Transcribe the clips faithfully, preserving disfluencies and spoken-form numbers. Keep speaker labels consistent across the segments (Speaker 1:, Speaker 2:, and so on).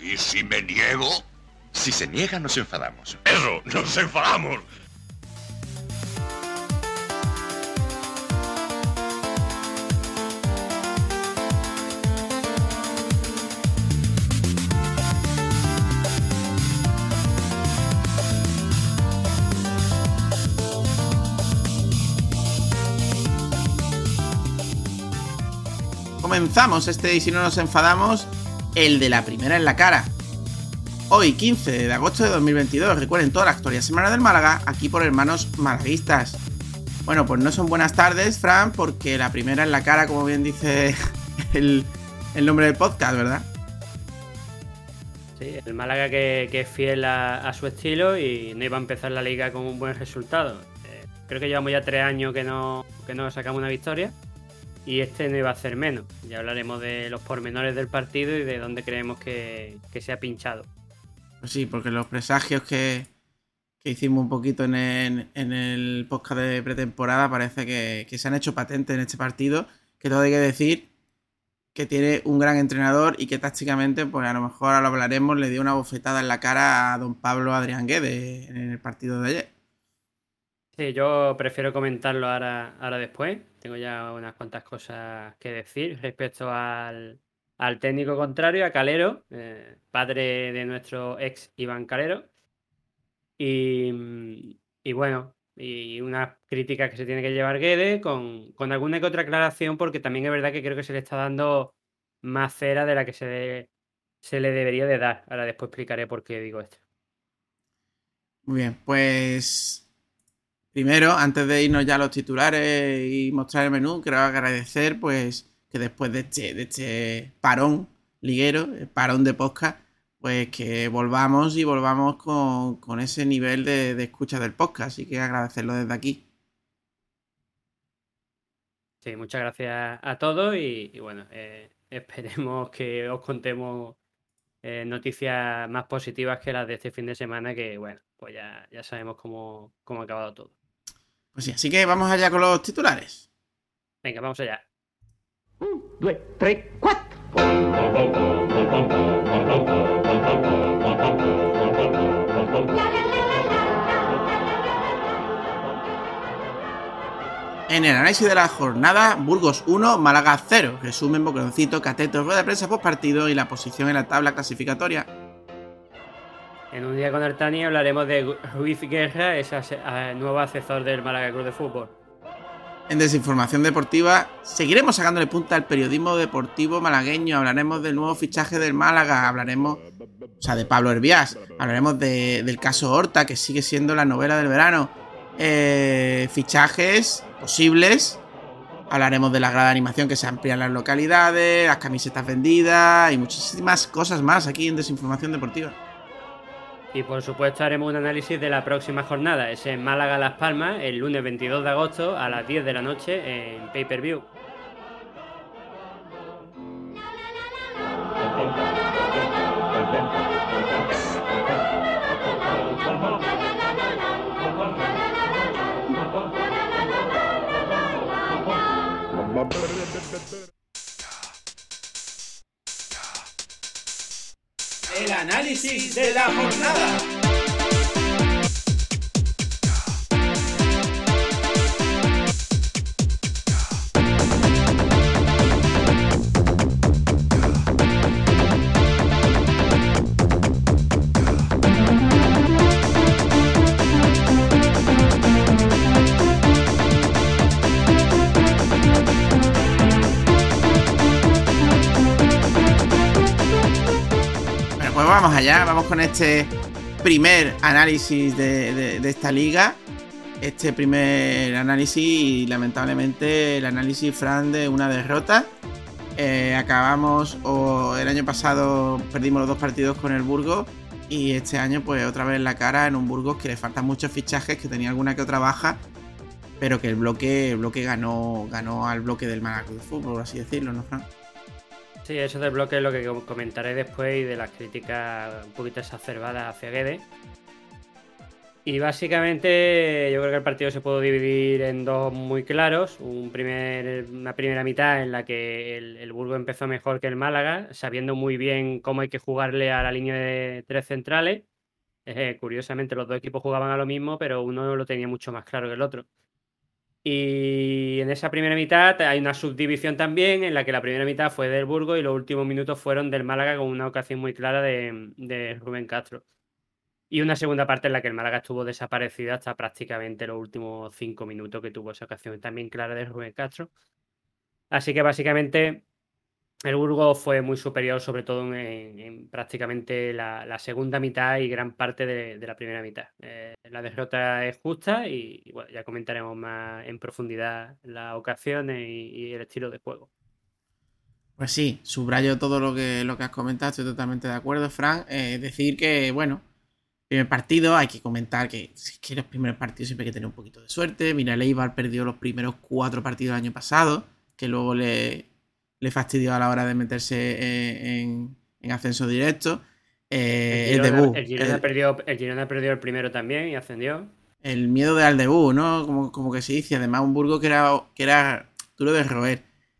Speaker 1: ¿Y si me niego?
Speaker 2: Si se niega, nos enfadamos.
Speaker 1: ¡Eso! ¡Nos enfadamos!
Speaker 3: Comenzamos este Y si no nos enfadamos, el de la primera en la cara. Hoy, quince de agosto de dos mil veintidós, recuerden toda la actualidad semana del Málaga, aquí por Hermanos Malaguistas. Bueno, pues no son buenas tardes, Fran, porque la primera en la cara, como bien dice el, el nombre del podcast, ¿verdad?
Speaker 4: Sí, el Málaga que, que es fiel a, a su estilo y no iba a empezar la liga con un buen resultado. Eh, creo que llevamos ya tres años que no, que no sacamos una victoria. Y este no iba a ser menos. Ya hablaremos de los pormenores del partido y de dónde creemos que, que se ha pinchado.
Speaker 3: Pues sí, porque los presagios que, que hicimos un poquito en el, en el podcast de pretemporada parece que, que se han hecho patentes en este partido. Que todo hay que decir que tiene un gran entrenador y que tácticamente, pues a lo mejor ahora lo hablaremos, le dio una bofetada en la cara a don Pablo Adrián Guede en el partido de ayer.
Speaker 4: Sí, yo prefiero comentarlo ahora, ahora después. Tengo ya unas cuantas cosas que decir respecto al, al técnico contrario, a Calero, eh, padre de nuestro ex Iván Calero. Y, y bueno, y unas críticas que se tiene que llevar Guede con, con alguna que otra aclaración, porque también es verdad que creo que se le está dando más cera de la que se, de, se le debería de dar. Ahora después explicaré por qué digo esto.
Speaker 3: Muy bien, pues... Primero, antes de irnos ya a los titulares y mostrar el menú, quiero agradecer pues que después de este, de este parón liguero, el parón de podcast, pues que volvamos y volvamos con, con ese nivel de, de escucha del podcast. Así que agradecerlo desde aquí.
Speaker 4: Sí, muchas gracias a todos y, y bueno, eh, esperemos que os contemos eh, noticias más positivas que las de este fin de semana, que bueno, pues ya, ya sabemos cómo, cómo ha acabado todo.
Speaker 3: Pues sí, así que vamos allá con los titulares.
Speaker 4: Venga, vamos allá.
Speaker 5: Un, dos, tres, cuatro.
Speaker 3: En el análisis de la jornada, Burgos uno, Málaga cero. Resumen, boqueroncito, cateto, rueda de prensa post partido y la posición en la tabla clasificatoria.
Speaker 4: En un día con Artani hablaremos de Ruiz Guerra, ese nuevo asesor del Málaga Club de Fútbol.
Speaker 3: En Desinformación Deportiva, seguiremos sacándole punta al periodismo deportivo malagueño. Hablaremos del nuevo fichaje del Málaga, hablaremos, o sea, de Pablo Hervías, hablaremos de, del caso Horta, que sigue siendo la novela del verano. Eh, fichajes posibles, hablaremos de la grada de animación que se amplía en las localidades, las camisetas vendidas y muchísimas cosas más aquí en Desinformación Deportiva.
Speaker 4: Y por supuesto haremos un análisis de la próxima jornada, ese en Málaga Las Palmas, el lunes veintidós de agosto a las diez de la noche en Pay-Per-View.
Speaker 3: El análisis de la jornada. Pues vamos allá, vamos con este primer análisis de, de, de esta liga. Este primer análisis y lamentablemente el análisis, Fran, de una derrota. Eh, acabamos, o el año pasado perdimos los dos partidos con el Burgos y este año pues otra vez la cara en un Burgos que le faltan muchos fichajes, que tenía alguna que otra baja, pero que el bloque, el bloque ganó, ganó al bloque del Málaga Club de Fútbol, por así decirlo, ¿no, Fran?
Speaker 4: Sí, eso del bloque es lo que comentaré después y de las críticas un poquito exacerbadas hacia Guede. Y básicamente yo creo que el partido se puede dividir en dos muy claros. Un primer, una primera mitad en la que el, el Burgos empezó mejor que el Málaga, sabiendo muy bien cómo hay que jugarle a la línea de tres centrales. Eh, curiosamente los dos equipos jugaban a lo mismo, pero uno lo tenía mucho más claro que el otro. Y en esa primera mitad hay una subdivisión también en la que la primera mitad fue del Burgos y los últimos minutos fueron del Málaga con una ocasión muy clara de, de Rubén Castro. Y una segunda parte en la que el Málaga estuvo desaparecido hasta prácticamente los últimos cinco minutos que tuvo esa ocasión también clara de Rubén Castro. Así que básicamente el Burgos fue muy superior, sobre todo en, en prácticamente la, la segunda mitad y gran parte de, de la primera mitad. Eh, la derrota es justa y, y bueno, ya comentaremos más en profundidad las ocasiones y, y el estilo de juego.
Speaker 3: Pues sí, subrayo todo lo que, lo que has comentado, estoy totalmente de acuerdo, Fran. Eh, decir que, bueno, primer partido, hay que comentar que, que los primeros partidos siempre hay que tener un poquito de suerte. Mira, el Eibar perdió los primeros cuatro partidos del año pasado, que luego le, le fastidió a la hora de meterse en, en ascenso directo. Eh, el,
Speaker 4: el Girona,
Speaker 3: debut.
Speaker 4: El Girona,
Speaker 3: el,
Speaker 4: perdió, el Girona perdió el primero también y ascendió.
Speaker 3: El miedo de al debut, ¿no? Como, como que se dice. Además, un Burgos que era, que era duro de roer.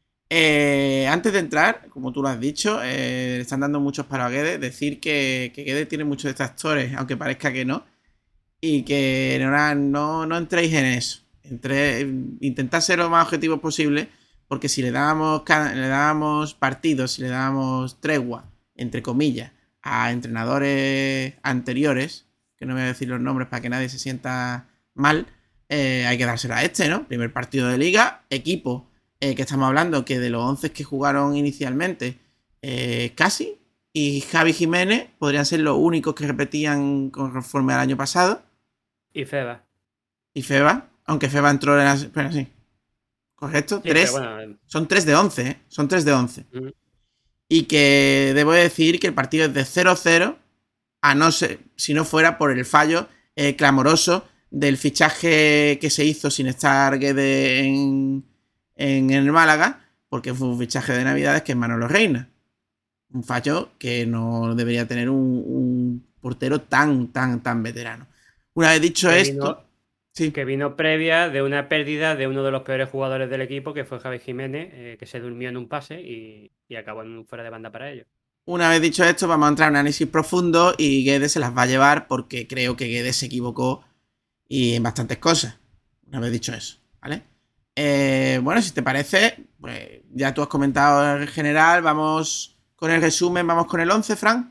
Speaker 3: Eh, antes de entrar, como tú lo has dicho, eh, le están dando muchos palos a Guedes. Decir que, que Guedes tiene muchos detractores, aunque parezca que no. Y que no, no, no entréis en eso. Entre, intentad ser lo más objetivos posible. Porque si le dábamos, le dábamos partidos, si le dábamos tregua, entre comillas, a entrenadores anteriores, que no voy a decir los nombres para que nadie se sienta mal, eh, hay que dárselo a este, ¿no? Primer partido de liga, equipo. Eh, que estamos hablando que de los once que jugaron inicialmente, eh, casi, y Javi Jiménez podrían ser los únicos que repetían conforme al año pasado.
Speaker 4: Y Feba.
Speaker 3: Y Feba, aunque Feba entró en la... Pero sí. ¿Correcto?
Speaker 4: Sí,
Speaker 3: tres.
Speaker 4: Bueno,
Speaker 3: son tres de once, ¿eh? Son tres de once.
Speaker 4: Mm.
Speaker 3: Y que debo decir que el partido es de cero cero, a no ser, si no fuera por el fallo eh, clamoroso del fichaje que se hizo sin estar Guedes en... en el Málaga, porque fue un fichaje de Navidades que es Manolo Reina. Un fallo que no debería tener un, un portero tan, tan, tan veterano. Una vez dicho
Speaker 4: que
Speaker 3: esto...
Speaker 4: Vino,
Speaker 3: sí.
Speaker 4: Que vino previa de una pérdida de uno de los peores jugadores del equipo, que fue Javi Jiménez, eh, que se durmió en un pase y, y acabó en un fuera de banda para ellos.
Speaker 3: Una vez dicho esto, vamos a entrar en un análisis profundo y Guedes se las va a llevar porque creo que Guedes se equivocó y en bastantes cosas. Una vez dicho eso, ¿vale? Eh, bueno, si te parece, pues ya tú has comentado en general, vamos con el resumen, vamos con el once, Fran.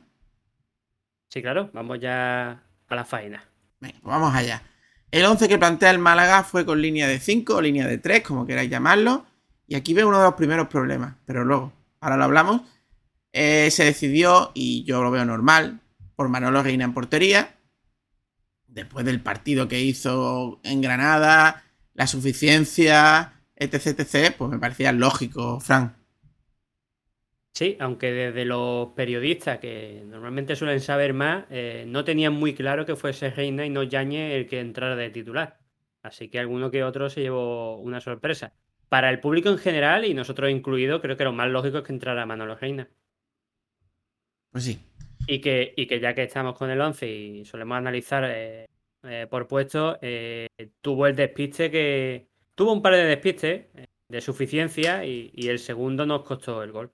Speaker 4: Sí, claro, vamos ya a la faena.
Speaker 3: Venga, pues vamos allá. El once que plantea el Málaga fue con línea de cinco o línea de tres, como queráis llamarlo. Y aquí veo uno de los primeros problemas, pero luego, ahora lo hablamos. Eh, se decidió, y yo lo veo normal, por Manolo Reina en portería. Después del partido que hizo en Granada, la suficiencia, etc, etc, pues me parecía lógico, Fran.
Speaker 4: Sí, aunque desde los periodistas, que normalmente suelen saber más, eh, no tenían muy claro que fuese Reina y no Yáñez el que entrara de titular. Así que alguno que otro se llevó una sorpresa. Para el público en general, y nosotros incluidos, creo que lo más lógico es que entrara Manolo Reina.
Speaker 3: Pues sí.
Speaker 4: Y que, y que ya que estamos con el once y solemos analizar eh, eh, por puestos, eh, tuvo el despiste que... Tuvo un par de despistes eh, de suficiencia y, y el segundo nos costó el gol.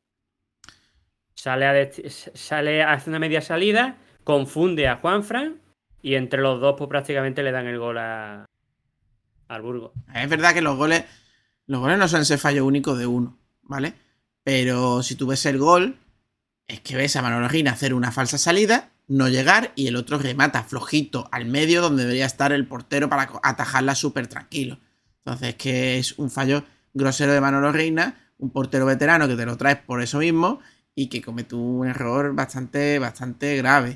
Speaker 4: Sale a, dest- sale a hacer una media salida, confunde a Juanfran y entre los dos pues prácticamente le dan el gol a, al Burgos.
Speaker 3: Es verdad que los goles los goles no suelen ser fallo único de uno, ¿vale? Pero si tú ves el gol, es que ves a Manolo Reina hacer una falsa salida, no llegar y el otro remata flojito al medio donde debería estar el portero para atajarla súper tranquilo. Entonces que es un fallo grosero de Manolo Reina, un portero veterano que te lo traes por eso mismo y que comete un error bastante, bastante grave.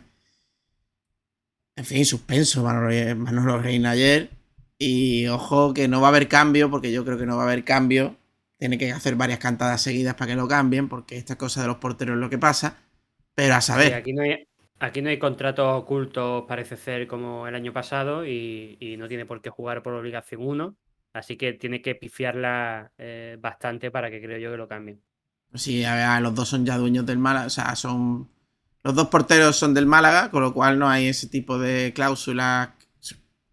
Speaker 3: En fin, suspenso Manolo, Manolo Reina ayer. Y ojo que no va a haber cambio, porque yo creo que no va a haber cambio. Tiene que hacer varias cantadas seguidas para que lo cambien, porque esta cosa de los porteros es lo que pasa. Pero a saber.
Speaker 4: Sí, aquí no hay, aquí no hay contratos ocultos, parece ser, como el año pasado, y, y no tiene por qué jugar por obligación uno. Así que tiene que pifiarla eh, bastante para que creo yo que lo cambien.
Speaker 3: Sí, a ver, los dos son ya dueños del Málaga, o sea, son... Los dos porteros son del Málaga, con lo cual no hay ese tipo de cláusulas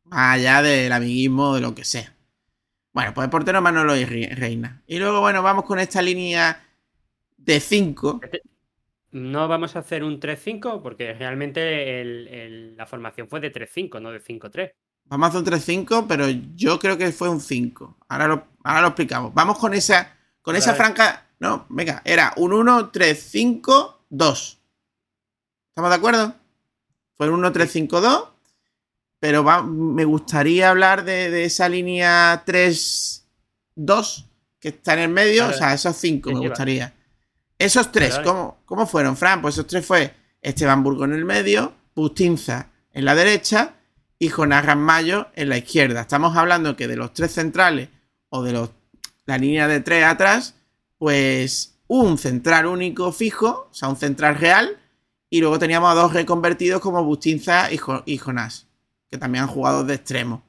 Speaker 3: Más allá del amiguismo, de lo que sea. Bueno, pues el portero Manolo y Reina. Y luego, bueno, vamos con esta línea de cinco.
Speaker 4: No vamos a hacer un tres cinco porque realmente el, el, la formación fue de tres cinco, no de cinco tres.
Speaker 3: Vamos a hacer un tres cinco, pero yo creo que fue un cinco. Ahora lo, ahora lo explicamos. Vamos con esa, con esa franca... No, venga, era un uno tres cinco dos. ¿Estamos de acuerdo? Fue un uno tres cinco dos. Pero va, me gustaría hablar de, de esa línea tres dos que está en el medio. Vale. O sea, esos cinco me gustaría. Esos tres, vale, vale. ¿Cómo, ¿cómo fueron, Fran? Pues esos tres fue Esteban Burgos en el medio, Bustinza en la derecha y Jonás Ramallo en la izquierda. Estamos hablando que de los tres centrales o de los, la línea de tres atrás, pues un central único fijo, o sea, un central real, y luego teníamos a dos reconvertidos como Bustinza y, jo, y Jonás, que también han jugado de extremo.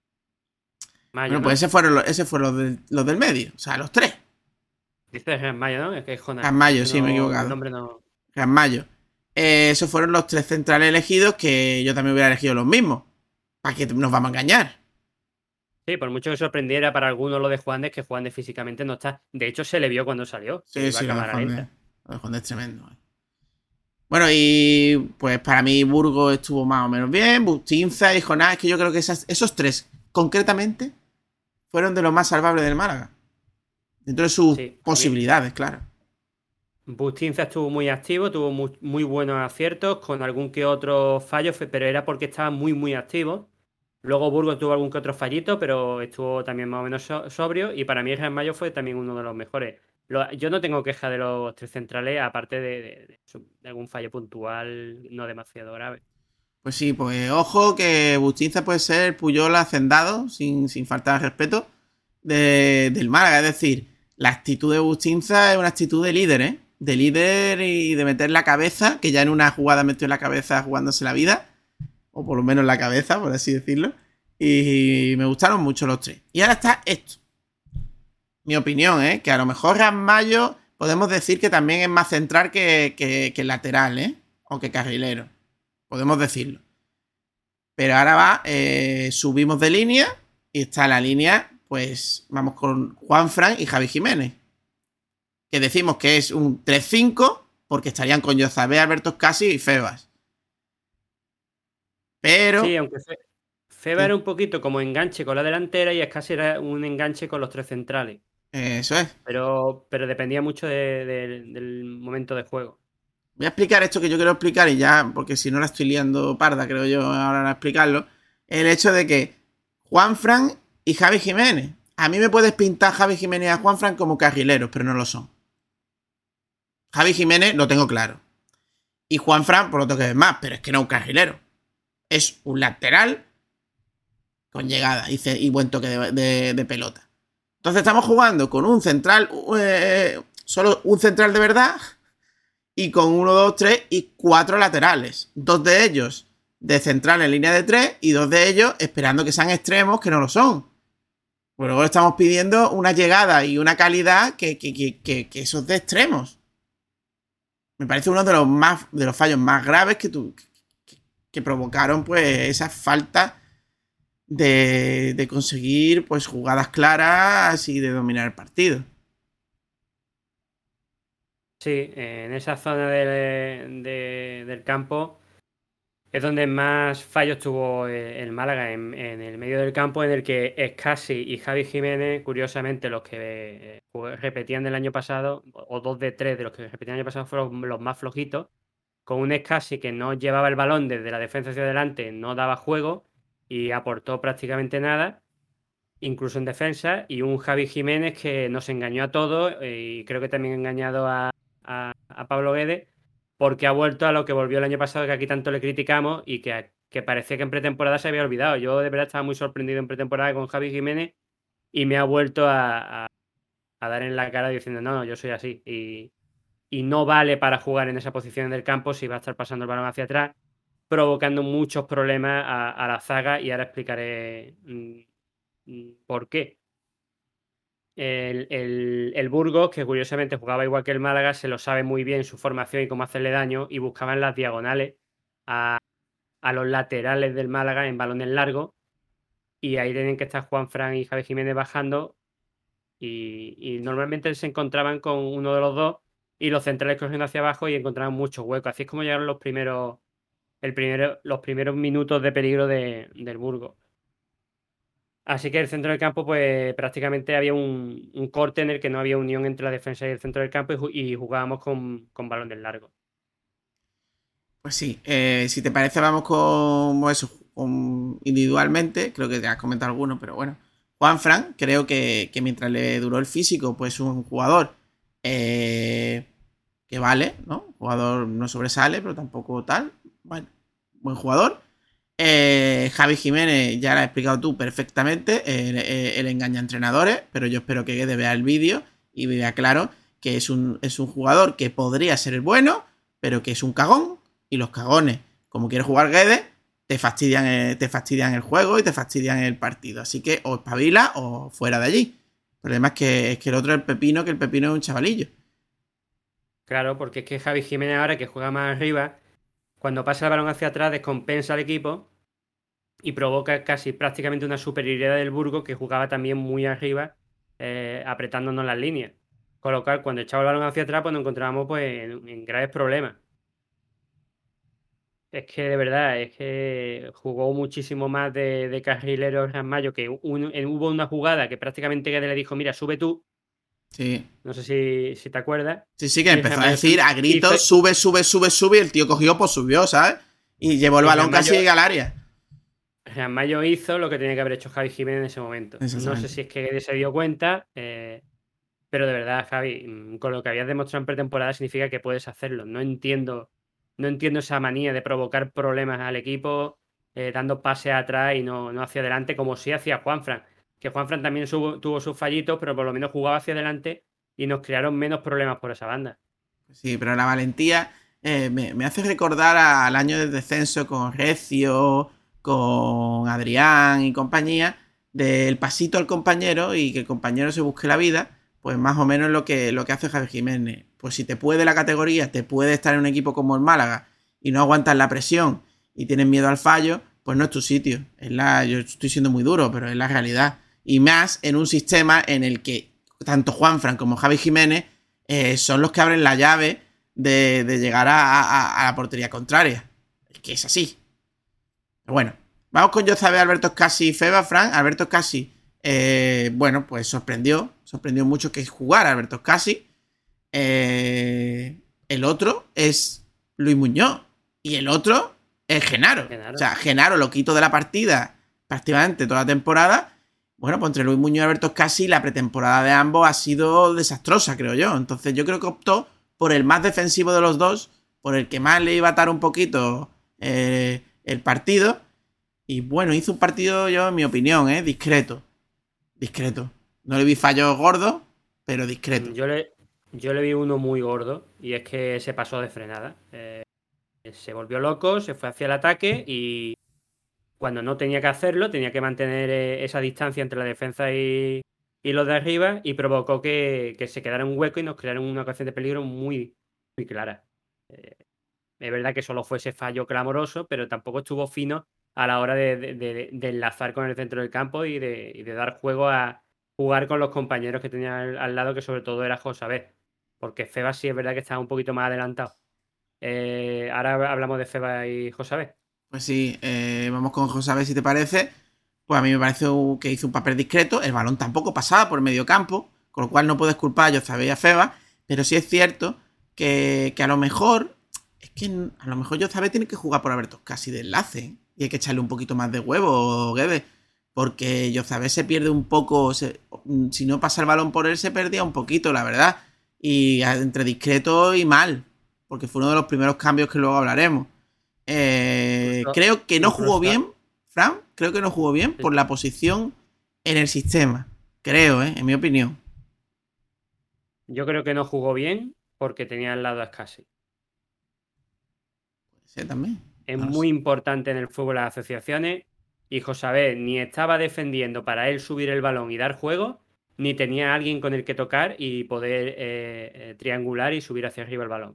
Speaker 3: Mayo, bueno, pues ese fueron los, ese fueron los, de, los del medio, o sea, los tres.
Speaker 4: Dices Ramallo, ¿no? Es que es Jonás.
Speaker 3: Ramallo,
Speaker 4: no,
Speaker 3: sí, me he equivocado.
Speaker 4: El nombre no...
Speaker 3: Ramallo. Eh, esos fueron los tres centrales elegidos, que yo también hubiera elegido los mismos. ¿Para qué nos vamos a engañar?
Speaker 4: Sí, por mucho que sorprendiera para algunos lo de Juan de, que Juan de físicamente no está. De hecho, se le vio cuando salió.
Speaker 3: Sí, sí, lo de, Juan de, lo de Juan de es tremendo. Bueno, y pues para mí Burgos estuvo más o menos bien. Bustinza y Jonás, es que yo creo que esas, esos tres, concretamente, fueron de los más salvables del Málaga. Dentro de sus sí, posibilidades, claro.
Speaker 4: Bustinza estuvo muy activo, tuvo muy, muy buenos aciertos, con algún que otro fallo, pero era porque estaba muy, muy activo. Luego Burgos tuvo algún que otro fallito, pero estuvo también más o menos so sobrio. Y para mí el Mayo fue también uno de los mejores. Lo, yo no tengo queja de los tres centrales, aparte de, de, de, de algún fallo puntual no demasiado grave.
Speaker 3: Pues sí, pues ojo que Bustinza puede ser Puyol hacendado, sin, sin faltar de respeto, de, del Málaga. Es decir, la actitud de Bustinza es una actitud de líder, ¿eh? De líder y de meter la cabeza, que ya en una jugada metió la cabeza jugándose la vida. O por lo menos la cabeza, por así decirlo. Y me gustaron mucho los tres. Y ahora está esto. Mi opinión, ¿eh? Que a lo mejor Ramallo podemos decir que también es más central que, que, que lateral, ¿eh? O que carrilero. Podemos decirlo. Pero ahora va, eh, subimos de línea y está la línea, pues vamos con Juanfran y Javi Jiménez. Que decimos que es un tres cinco porque estarían con Yozabé, Alberto Scassi y Febas. Pero...
Speaker 4: Sí, aunque Fe Feba sí. era un poquito como enganche con la delantera y Scassi era un enganche con los tres centrales.
Speaker 3: Eso es.
Speaker 4: Pero, pero dependía mucho de, de, del momento de juego.
Speaker 3: Voy a explicar esto que yo quiero explicar y ya, porque si no la estoy liando parda, creo yo, ahora a explicarlo. El hecho de que Juanfran y Javi Jiménez. A mí me puedes pintar Javi Jiménez y a Juanfran como carrileros, pero no lo son. Javi Jiménez lo tengo claro. Y Juanfran, por lo tengo que ver más, pero es que no es un carrilero. Es un lateral con llegada y, y buen toque de, de, de pelota. Entonces estamos jugando con un central, eh, solo un central de verdad, y con uno, dos, tres y cuatro laterales. Dos de ellos de central en línea de tres y dos de ellos esperando que sean extremos, que no lo son. Pues luego estamos pidiendo una llegada y una calidad que, que, que, que, que esos de extremos. Me parece uno de los más de los fallos más graves que, tu, que, que provocaron pues esa falta de, de conseguir pues jugadas claras y de dominar el partido.
Speaker 4: Sí, en esa zona de, de, del campo es donde más fallos tuvo el Málaga, en, en el medio del campo, en el que Scassi y Javi Jiménez, curiosamente los que eh, repetían del año pasado, o dos de tres de los que repetían el año pasado fueron los más flojitos, con un Scassi que no llevaba el balón desde la defensa hacia adelante, no daba juego y aportó prácticamente nada, incluso en defensa, y un Javi Jiménez que nos engañó a todos y creo que también ha engañado a, a, a Pablo Guedes, porque ha vuelto a lo que volvió el año pasado, que aquí tanto le criticamos y que, que parecía que en pretemporada se había olvidado. Yo de verdad estaba muy sorprendido en pretemporada con Javi Jiménez y me ha vuelto a, a, a dar en la cara diciendo no, no, yo soy así y, y no vale para jugar en esa posición del campo si va a estar pasando el balón hacia atrás, provocando muchos problemas a, a la zaga y ahora explicaré mmm, por qué. El, el, el Burgos, que curiosamente jugaba igual que el Málaga, se lo sabe muy bien su formación y cómo hacerle daño y buscaban las diagonales a, a los laterales del Málaga en balones largos y ahí tienen que estar Juanfran y Javi Jiménez bajando y, y normalmente se encontraban con uno de los dos y los centrales corriendo hacia abajo y encontraban muchos huecos. Así es como llegaron los primeros, el primero, los primeros minutos de peligro de, del Burgos. Así que el centro del campo, pues prácticamente había un, un corte en el que no había unión entre la defensa y el centro del campo y, ju- y jugábamos con, con balón del largo.
Speaker 3: Pues sí, eh, si te parece, vamos con eso, con- individualmente. Creo que te has comentado alguno, pero bueno. Juanfran, creo que, que mientras le duró el físico, pues un jugador eh, que vale, ¿no? Un jugador no sobresale, pero tampoco tal. Bueno, buen jugador. Eh, Javi Jiménez, ya lo has explicado tú perfectamente, el, el engaña a entrenadores, pero yo espero que Guede vea el vídeo y vea claro que es un, es un jugador que podría ser el bueno, pero que es un cagón, y los cagones, como quiere jugar Guede, te fastidian, el, te fastidian el juego y te fastidian el partido. Así que o espabila o fuera de allí. El problema es que, es que el otro es el pepino, que el pepino es un chavalillo.
Speaker 4: Claro, porque es que Javi Jiménez ahora que juega más arriba, cuando pasa el balón hacia atrás descompensa al equipo y provoca casi prácticamente una superioridad del Burgos que jugaba también muy arriba, eh, apretándonos las líneas. Con lo cual, cuando echaba el balón hacia atrás, pues nos encontrábamos pues, en, en graves problemas. Es que de verdad, es que jugó muchísimo más de, de carrilero Ramallo, que un- en- hubo una jugada que prácticamente Guede le dijo, mira, sube tú,
Speaker 3: Sí.
Speaker 4: no sé si, si te acuerdas,
Speaker 3: Sí, sí, que
Speaker 4: y
Speaker 3: empezó a
Speaker 4: Ramallo
Speaker 3: decir a
Speaker 4: hizo,
Speaker 3: gritos, sube, sube, sube, sube, y el tío cogió, pues subió, ¿sabes? Y llevó el
Speaker 4: y
Speaker 3: balón casi
Speaker 4: Ramallo,
Speaker 3: al área.
Speaker 4: Ramallo hizo lo que tenía que haber hecho Javi Jiménez en ese momento. No sé
Speaker 3: Exactamente.
Speaker 4: si es que Guede se dio cuenta, eh, pero de verdad, Javi, mm, con lo que habías demostrado en pretemporada significa que puedes hacerlo. No entiendo, no entiendo esa manía de provocar problemas al equipo, eh, dando pases atrás y no, no hacia adelante, como sí hacía Juanfran. Que Juanfran también subo- tuvo sus fallitos, pero por lo menos jugaba hacia adelante y nos crearon menos problemas por esa banda.
Speaker 3: Sí, pero la valentía eh, me, me hace recordar al año de descenso con Recio, con Adrián y compañía, del pasito al compañero y que el compañero se busque la vida, pues más o menos lo que, lo que hace Javi Jiménez. Pues si te puede la categoría, te puede estar en un equipo como el Málaga y no aguantas la presión y tienes miedo al fallo, pues no es tu sitio. Es la, yo estoy siendo muy duro, pero es la realidad. Y más en un sistema en el que tanto Juanfran como Javi Jiménez eh, son los que abren la llave de, de llegar a, a, a, la portería contraria. Es que es así. Pero bueno, vamos con Yozabe, Alberto Escasi y Feba, Fran. Alberto Escasi, eh, bueno, pues sorprendió. Sorprendió mucho que jugar a Alberto Escasi. Eh, el otro es Luis Muñoz. Y el otro es Genaro.
Speaker 4: Genaro.
Speaker 3: O sea, Genaro lo quito de la partida prácticamente toda la temporada. Bueno, pues entre Luis Muñoz y Alberto Escasi, la pretemporada de ambos ha sido desastrosa, creo yo. Entonces yo creo que optó por el más defensivo de los dos, por el que más le iba a atar un poquito eh, el partido. Y bueno, hizo un partido, yo, en mi opinión, eh, discreto. Discreto. No le vi fallos gordos, pero discreto.
Speaker 4: Yo le, yo le vi uno muy gordo y es que se pasó de frenada. Eh, se volvió loco, se fue hacia el ataque y cuando no tenía que hacerlo, tenía que mantener eh, esa distancia entre la defensa y, y los de arriba y provocó que, que se quedara un hueco y nos crearon una ocasión de peligro muy, muy clara. Eh, es verdad que solo fue ese fallo clamoroso, pero tampoco estuvo fino a la hora de, de, de, de enlazar con el centro del campo y de, y de dar juego a jugar con los compañeros que tenía al, al lado, que sobre todo era Josabé, porque Feba sí es verdad que estaba un poquito más adelantado. Eh, ahora hablamos de Feba y Josabé.
Speaker 3: Pues sí, eh, vamos con Josabé, si te parece. Pues a mí me parece que hizo un papel discreto. El balón tampoco pasaba por el medio campo, con lo cual no puedes culpar a Josabé y a Feba. Pero sí es cierto que, que a lo mejor, es que a lo mejor Josabé tiene que jugar por Alberto casi de enlace, ¿eh? Y hay que echarle un poquito más de huevo, Guede. Porque Josabé se pierde un poco. Se, si no pasa el balón por él, se perdía un poquito, la verdad. Y entre discreto y mal. Porque fue uno de los primeros cambios que luego hablaremos. Eh,
Speaker 4: Incluso,
Speaker 3: creo que no jugó
Speaker 4: incluso,
Speaker 3: bien, Fran. Creo que no jugó bien por la posición en el sistema. Creo, ¿eh? En mi opinión.
Speaker 4: Yo creo que no jugó bien porque tenía al lado a Escasi.
Speaker 3: Sí, también.
Speaker 4: Es
Speaker 3: No lo
Speaker 4: muy
Speaker 3: sé.
Speaker 4: importante en el fútbol las asociaciones y Josabé ni estaba defendiendo para él subir el balón y dar juego, ni tenía a alguien con el que tocar y poder eh, eh, triangular y subir hacia arriba el balón.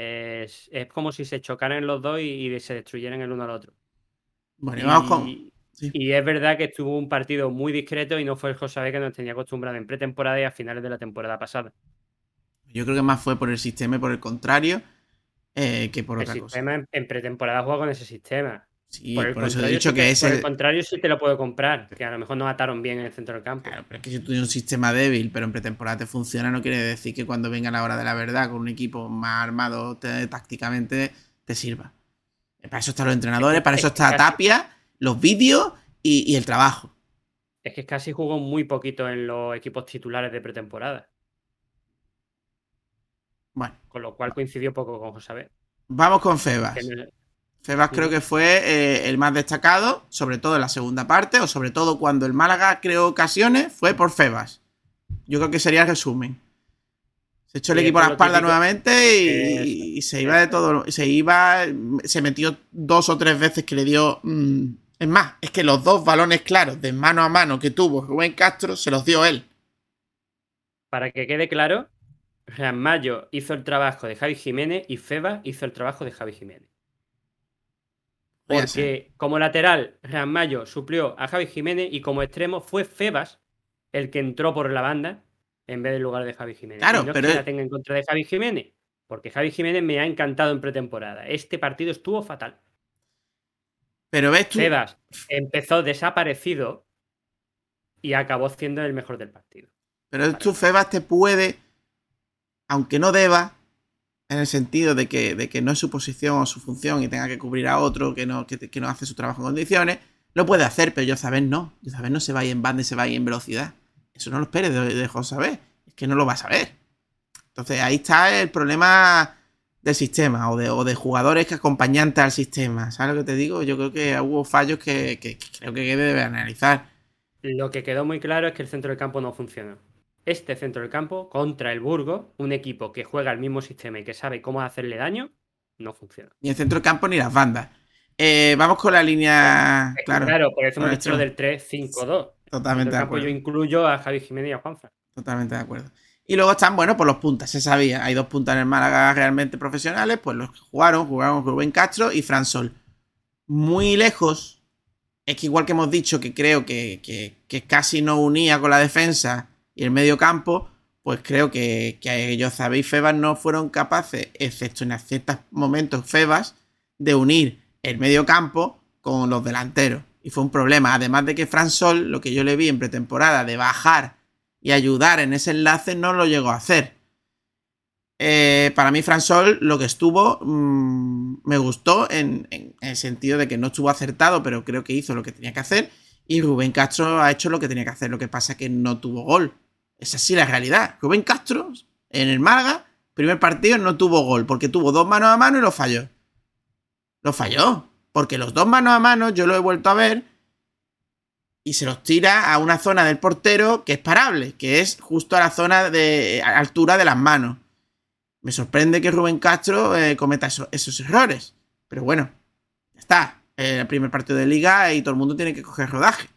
Speaker 4: Es, es como si se chocaran los dos y, y se destruyeran el uno al otro.
Speaker 3: Bueno, y vamos con.
Speaker 4: Y
Speaker 3: Sí.
Speaker 4: Y es verdad que estuvo un partido muy discreto y no fue el José que nos tenía acostumbrado en pretemporada y a finales de la temporada pasada.
Speaker 3: Yo creo que más fue por el sistema y por el contrario eh, que por
Speaker 4: El
Speaker 3: otra
Speaker 4: sistema
Speaker 3: cosa.
Speaker 4: en, en pretemporada juega con ese sistema.
Speaker 3: Sí,
Speaker 4: Por el
Speaker 3: por eso he
Speaker 4: contrario,
Speaker 3: dicho
Speaker 4: sí
Speaker 3: que
Speaker 4: te,
Speaker 3: ese...
Speaker 4: por el contrario, sí te lo puedo comprar, que a lo mejor nos ataron bien en el centro del campo.
Speaker 3: Claro, pero es que si tú tienes un sistema débil, pero en pretemporada te funciona, no quiere decir que cuando venga la hora de la verdad, con un equipo más armado te- tácticamente, te sirva. Para eso están los entrenadores,
Speaker 4: Es que-
Speaker 3: para eso
Speaker 4: es que
Speaker 3: está
Speaker 4: casi-
Speaker 3: Tapia, los vídeos y, y el trabajo.
Speaker 4: Es que casi jugó muy poquito en los equipos titulares de pretemporada,
Speaker 3: Bueno,
Speaker 4: con lo cual coincidió poco con José.
Speaker 3: vamos con
Speaker 4: Que
Speaker 3: Febas.
Speaker 4: no-
Speaker 3: Febas creo
Speaker 4: Mm.
Speaker 3: que fue eh, el más destacado, sobre todo en la segunda parte, o sobre todo cuando el Málaga creó ocasiones, fue por Febas. Yo creo que sería el resumen. Se echó el
Speaker 4: Sí,
Speaker 3: equipo a
Speaker 4: esto
Speaker 3: la
Speaker 4: es lo
Speaker 3: espalda
Speaker 4: típico.
Speaker 3: nuevamente y,
Speaker 4: Eso,
Speaker 3: y se iba de todo. Se iba, se metió dos o tres veces que le dio. mm, es más, es que los dos balones claros de mano a mano que tuvo Rubén Castro se los dio él.
Speaker 4: Para que quede claro, Mayo hizo el trabajo de Javi Jiménez y Febas hizo el trabajo de Javi Jiménez.
Speaker 3: Podría ser.
Speaker 4: Porque como lateral, Mayo suplió a Javi Jiménez y como extremo fue Febas el que entró por la banda en vez del lugar de Javi Jiménez.
Speaker 3: Claro,
Speaker 4: y no
Speaker 3: pero
Speaker 4: es que
Speaker 3: es-
Speaker 4: la tenga en contra de Javi Jiménez, porque Javi Jiménez me ha encantado en pretemporada. Este partido estuvo fatal.
Speaker 3: Pero ves tú.
Speaker 4: Febas empezó desaparecido y acabó siendo el mejor del partido.
Speaker 3: Pero ves tú, Febas te puede, aunque no deba, en el sentido de que, de que no es su posición o su función y tenga que cubrir a otro que no, que, que no hace su trabajo en condiciones, lo puede hacer, pero Jozabed no. Jozabed no se va a ir en banda y se va a ir en velocidad. Eso no lo esperes de, de Jozabed. Es que no lo va a saber. Entonces ahí está el problema del sistema o de, o de jugadores que acompañantes al sistema. ¿Sabes lo que te digo? Yo creo que hubo fallos que, que, que creo que debe analizar.
Speaker 4: Lo que quedó muy claro es que el centro del campo no funcionó. Este centro del campo contra el Burgos, un equipo que juega el mismo sistema y que sabe cómo hacerle daño, no funciona.
Speaker 3: Ni el centro del campo ni las bandas. Eh, vamos con la línea.
Speaker 4: Es que,
Speaker 3: Claro,
Speaker 4: claro, por eso hemos
Speaker 3: Con
Speaker 4: dicho lo
Speaker 3: esto.
Speaker 4: del tres cinco dos.
Speaker 3: Totalmente de
Speaker 4: campo yo
Speaker 3: acuerdo.
Speaker 4: incluyo a Javi Jiménez y a Juanfran.
Speaker 3: Totalmente de acuerdo. Y luego están, bueno, por los puntas, se sabía. Hay dos puntas en el Málaga realmente profesionales, pues los que jugaron, jugaron con Rubén Castro y Fran Sol. Muy lejos. Es que igual que hemos dicho que creo que, que, que casi no unía con la defensa y el medio campo, pues creo que, que Jozabed y Febas no fueron capaces, excepto en ciertos momentos Febas, de unir el medio campo con los delanteros. Y fue un problema. Además de que Fran Sol, lo que yo le vi en pretemporada, de bajar y ayudar en ese enlace, no lo llegó a hacer. Eh, para mí, Fran Sol, lo que estuvo, mmm, me gustó en, en, en el sentido de que no estuvo acertado, pero creo que hizo lo que tenía que hacer. Y Rubén Castro ha hecho lo que tenía que hacer. Lo que pasa es que no tuvo gol. Es así la realidad. Rubén Castro, en el Málaga, primer partido no tuvo gol, porque tuvo dos manos a mano y lo falló. Lo falló. Porque los dos manos a mano yo lo he vuelto a ver y se los tira a una zona del portero que es parable, que es justo a la zona de a la altura de las manos. Me sorprende que Rubén Castro eh, cometa eso, esos errores. Pero bueno, ya está. El primer partido de liga y todo el mundo tiene que coger rodaje.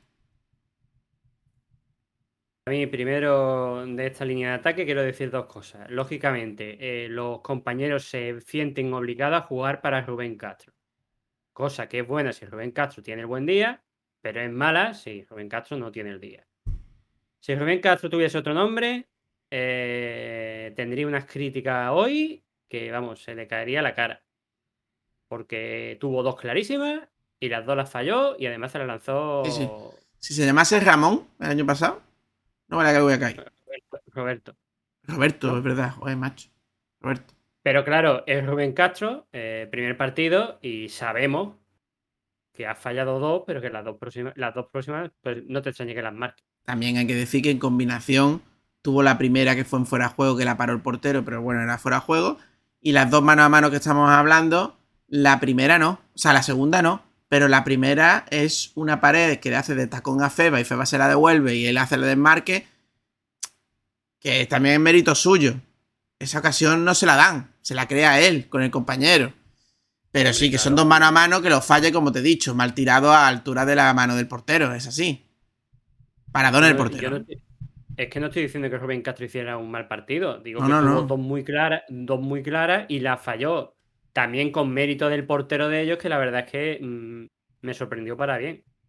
Speaker 4: A mí, primero de esta línea de ataque, quiero decir dos cosas. Lógicamente, eh, los compañeros se sienten obligados a jugar para Rubén Castro. Cosa que es buena si Rubén Castro tiene el buen día, pero es mala si Rubén Castro no tiene el día. Si Rubén Castro tuviese otro nombre, eh, tendría unas críticas hoy que, vamos, se le caería la cara. Porque tuvo dos clarísimas y las dos las falló y además se las lanzó
Speaker 3: Sí, sí. Si se llamase Ramón el año pasado, no me la voy a caer.
Speaker 4: Roberto.
Speaker 3: Roberto,
Speaker 4: ¿No?
Speaker 3: es verdad. Joder, macho. Roberto.
Speaker 4: Pero claro, es Rubén Castro, eh, primer partido, y sabemos que ha fallado dos, pero que las dos próximas, las dos próximas, pues no te extrañe que las marque.
Speaker 3: También hay que decir que en combinación tuvo la primera que fue en fuera de juego, que la paró el portero, pero bueno, era fuera de juego. Y las dos mano a mano que estamos hablando, la primera no. O sea, la segunda no. Pero la primera es una pared que le hace de tacón a Febas y Febas se la devuelve y él hace el desmarque, que también es mérito suyo. Esa ocasión no se la dan, se la crea él con el compañero. Pero sí, que son dos mano a mano que lo falle, como te he dicho, mal tirado a altura de la mano del portero, es así. Paradón el
Speaker 4: Yo-
Speaker 3: portero.
Speaker 4: yo no te- es que no estoy diciendo que Rubén Castro hiciera un mal partido. Digo
Speaker 3: No,
Speaker 4: que
Speaker 3: no,
Speaker 4: tuvo
Speaker 3: no.
Speaker 4: dos muy claras, dos muy claras y las falló. También con mérito del portero de ellos, que la verdad es que mm, me sorprendió para bien.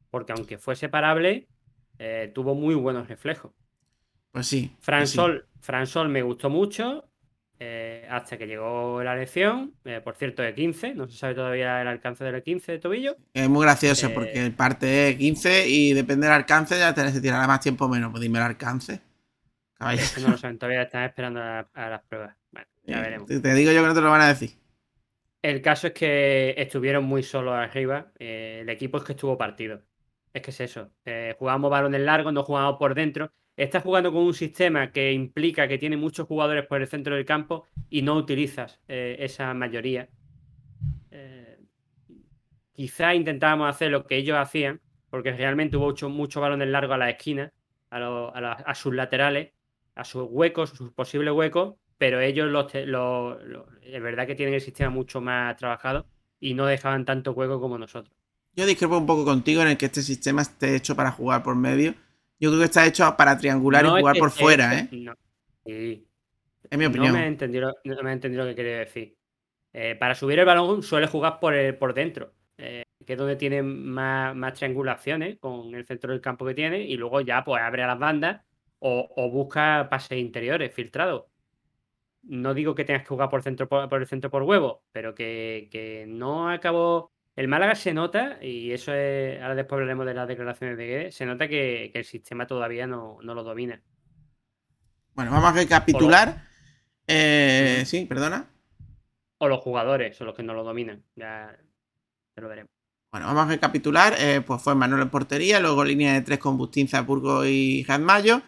Speaker 4: porque aunque fue separable, eh, tuvo muy buenos reflejos.
Speaker 3: Pues sí.
Speaker 4: Fran
Speaker 3: pues sí.
Speaker 4: Sol, Fran Sol me gustó mucho eh, hasta que llegó la lesión, eh, por cierto, de quince, no se sabe todavía el alcance del quince de tobillo.
Speaker 3: Es muy gracioso
Speaker 4: Eh,
Speaker 3: porque el parte es quince y depende del alcance ya tenés que tirar más tiempo o menos. Pues dime el alcance. Caballero.
Speaker 4: Eso no lo saben, todavía están esperando a, a las pruebas. Bueno, ya
Speaker 3: Eh,
Speaker 4: veremos.
Speaker 3: te, te digo yo que no te lo van a decir.
Speaker 4: El caso es que estuvieron muy solos arriba. Eh, el equipo es que estuvo partido. Es que es eso. Eh, jugamos balones largos, no jugamos por dentro. Estás jugando con un sistema que implica que tiene muchos jugadores por el centro del campo y no utilizas eh, esa mayoría. Eh, quizá intentábamos hacer lo que ellos hacían, porque realmente hubo muchos mucho balones largos a la esquina, a, lo, a, la, a sus laterales, a sus huecos, sus posibles huecos, pero ellos los, los, los, es verdad que tienen el sistema mucho más trabajado y no dejaban tanto hueco como nosotros.
Speaker 3: Yo discrepo un poco contigo en el que este sistema esté hecho para jugar por medio. Yo creo que está hecho para triangular
Speaker 4: no
Speaker 3: y jugar
Speaker 4: es que,
Speaker 3: por fuera,
Speaker 4: es,
Speaker 3: ¿eh?
Speaker 4: No, sí.
Speaker 3: Es mi opinión.
Speaker 4: No me he entendido, no me he entendido lo que quería decir. Eh, para subir el balón suele jugar por, el, por dentro, eh, que es donde tiene más, más triangulaciones con el centro del campo que tiene, y luego ya pues abre a las bandas o, o busca pases interiores filtrados. No digo que tengas que jugar por, centro, por, por el centro por huevo, pero que, que no acabó. El Málaga se nota, y eso es. Ahora después hablaremos de las declaraciones de Guedes. Se nota que, que el sistema todavía no, no lo domina.
Speaker 3: Bueno, vamos a recapitular. Lo... Eh,
Speaker 4: uh-huh.
Speaker 3: Sí, perdona.
Speaker 4: O los jugadores son los que no lo dominan. Ya, ya lo veremos.
Speaker 3: Bueno, vamos a recapitular. Eh, pues fue Manuel en portería, luego línea de tres con Bustinza, Burgos y Radmayo.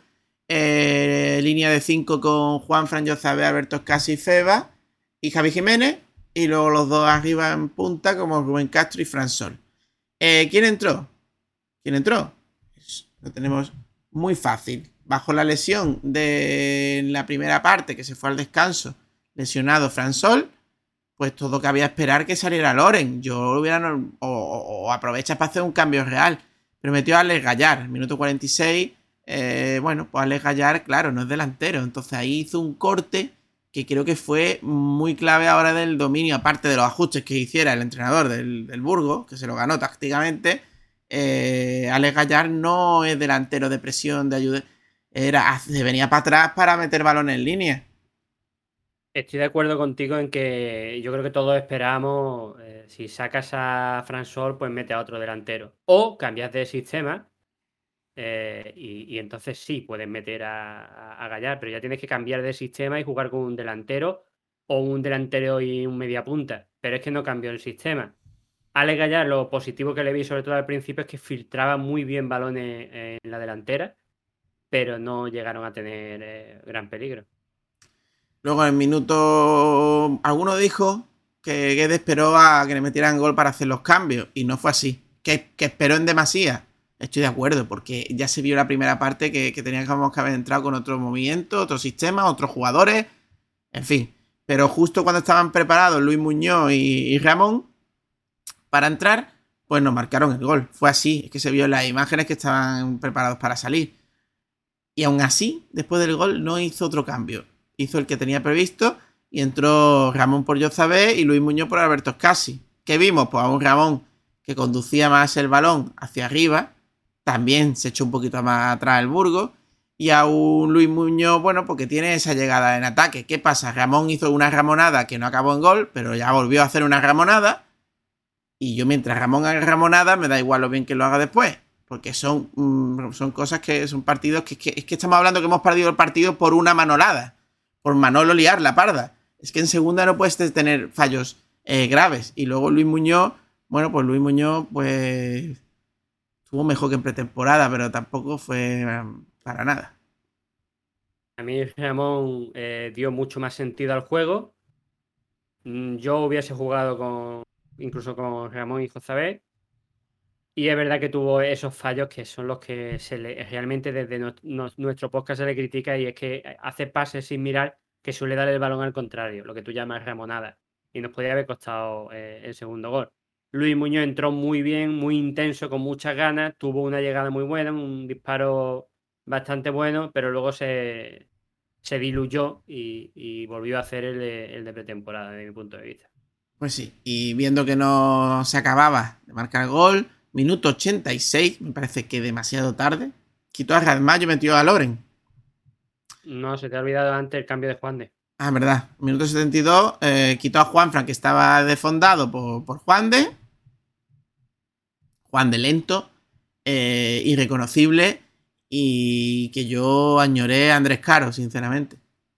Speaker 3: Eh, línea de cinco con Juan Fran Yozabe, Alberto Escasi, Feba y Javi Jiménez. Y luego los dos arriba en punta como Rubén Castro y Fran Sol. Eh, ¿Quién entró? ¿Quién entró? Pues lo tenemos muy fácil. Bajo la lesión de la primera parte, que se fue al descanso, lesionado Fran Sol, pues todo cabía esperar que saliera Loren. Yo lo hubiera... O, o, o aprovecha para hacer un cambio real. Pero metió a Alex Gallar, minuto cuarenta y seis. Eh, bueno, pues Alex Gallar, claro, no es delantero. Entonces ahí hizo un corte que creo que fue muy clave ahora del dominio, aparte de los ajustes que hiciera el entrenador del, del Burgos, que se lo ganó tácticamente. Eh, Alex Gallar no es delantero de presión, de ayuda. Era, se venía para atrás para meter balón en línea.
Speaker 4: Estoy de acuerdo contigo en que yo creo que todos esperamos, eh, si sacas a Fran Sol, pues mete a otro delantero. O cambias de sistema. Eh, y, y entonces sí puedes meter a, a, a Gallar, pero ya tienes que cambiar de sistema y jugar con un delantero o un delantero y un mediapunta. Pero es que no cambió el sistema. Alex Gallar, lo positivo que le vi sobre todo al principio es que filtraba muy bien balones en la delantera, pero no llegaron a tener eh, gran peligro.
Speaker 3: Luego en el minuto alguno dijo que Guedes esperó a que le metieran gol para hacer los cambios y no fue así, que, que esperó en demasía. Estoy de acuerdo, porque ya se vio la primera parte que, que teníamos que haber entrado con otro movimiento, otro sistema, otros jugadores, en fin. Pero justo cuando estaban preparados Luis Muñoz y, y Ramón para entrar, pues nos marcaron el gol. Fue así, es que se vio en las imágenes que estaban preparados para salir. Y aún así, después del gol, no hizo otro cambio. Hizo el que tenía previsto y entró Ramón por Yozabe y Luis Muñoz por Alberto Escasi. ¿Qué vimos? Pues a un Ramón que conducía más el balón hacia arriba. También se echó un poquito más atrás el Burgos. Y a un Luis Muñoz, bueno, porque tiene esa llegada en ataque. ¿Qué pasa? Ramón hizo una ramonada que no acabó en gol, pero ya volvió a hacer una ramonada. Y yo mientras Ramón haga ramonada, me da igual lo bien que lo haga después. Porque son, mmm, son cosas que son partidos que es, que es que estamos hablando que hemos perdido el partido por una manolada. Por Manolo liar la parda. Es que en segunda no puedes tener fallos eh, graves. Y luego Luis Muñoz, bueno, pues Luis Muñoz, pues... estuvo mejor que en pretemporada, pero tampoco fue para nada.
Speaker 4: A mí Ramón eh, dio mucho más sentido al juego. Yo hubiese jugado con incluso con Ramón y Jozabé. Y es verdad que tuvo esos fallos que son los que se le, realmente desde no, no, nuestro podcast se le critica, y es que hace pases sin mirar, que suele dar el balón al contrario, lo que tú llamas ramonada. Y nos podría haber costado eh, el segundo gol. Luis Muñoz entró muy bien, muy intenso, con muchas ganas, tuvo una llegada muy buena, un disparo bastante bueno, pero luego se, se diluyó y, y volvió a hacer el de, el de pretemporada, desde mi punto de vista.
Speaker 3: Pues sí, y viendo que no se acababa de marcar el gol, minuto ochenta y seis, me parece que demasiado tarde, quitó a Ramallo y metió a Loren.
Speaker 4: No, se te ha olvidado antes el cambio de Juan de.
Speaker 3: Ah, verdad. Minuto setenta y dos, eh, quitó a Juanfran, que estaba desfondado por, por Juan de. Juan de lento, eh, irreconocible, y que yo añoré a Andrés Caro, sinceramente.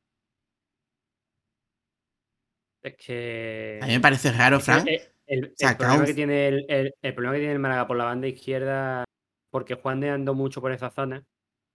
Speaker 4: Es que...
Speaker 3: A mí me parece raro,
Speaker 4: es que
Speaker 3: Fran.
Speaker 4: el, el- el
Speaker 3: Saca
Speaker 4: problema
Speaker 3: un-
Speaker 4: que tiene el, el- el problema que tiene el Málaga por la banda izquierda, porque Juan de andó mucho por esa zona.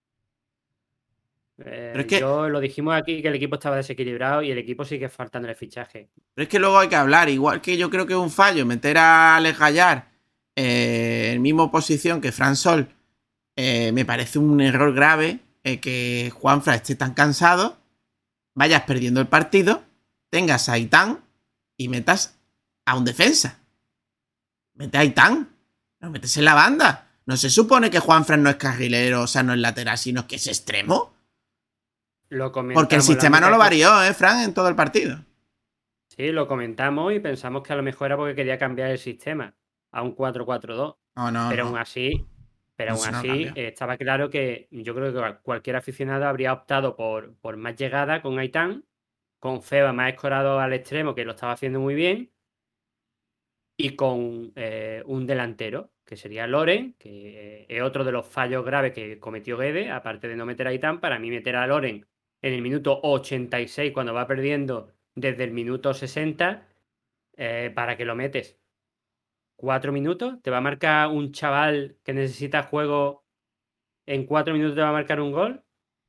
Speaker 4: Eh,
Speaker 3: Pero es que-
Speaker 4: Yo lo dijimos aquí que el equipo estaba desequilibrado y el equipo sigue faltando el fichaje.
Speaker 3: Pero es que luego hay que hablar. Igual que yo creo que es un fallo meter a Alex Gallar eh, en misma posición que Fran Sol. Eh, me parece un error grave eh, que Juanfran esté tan cansado, vayas perdiendo el partido, tengas a Aitán y metas a un defensa. Mete a Aitán, no metes en la banda. ¿No se supone que Juanfran no es carrilero, o sea, no es lateral, sino que es extremo?
Speaker 4: Lo comentamos
Speaker 3: Porque el
Speaker 4: la
Speaker 3: sistema no
Speaker 4: única
Speaker 3: lo
Speaker 4: cosa-
Speaker 3: varió, ¿eh, Fran? En todo el partido.
Speaker 4: Sí, lo comentamos y pensamos que a lo mejor era porque quería cambiar el sistema a un cuatro cuatro dos.
Speaker 3: No, no,
Speaker 4: Pero
Speaker 3: no.
Speaker 4: aún así, pero
Speaker 3: No,
Speaker 4: aún
Speaker 3: eso no
Speaker 4: así
Speaker 3: cambia.
Speaker 4: eh, estaba claro que yo creo que cualquier aficionado habría optado por, por más llegada con Aitán, con Feba más escorado al extremo, que lo estaba haciendo muy bien, y con eh, un delantero, que sería Loren, que eh, es otro de los fallos graves que cometió Guede, aparte de no meter a Aitán. Para mí meter a Loren en el minuto ochenta y seis, cuando va perdiendo desde el minuto sesenta, eh, ¿para qué lo metes? ¿Cuatro minutos? ¿Te va a marcar un chaval que necesita juego en cuatro minutos te va a marcar un gol?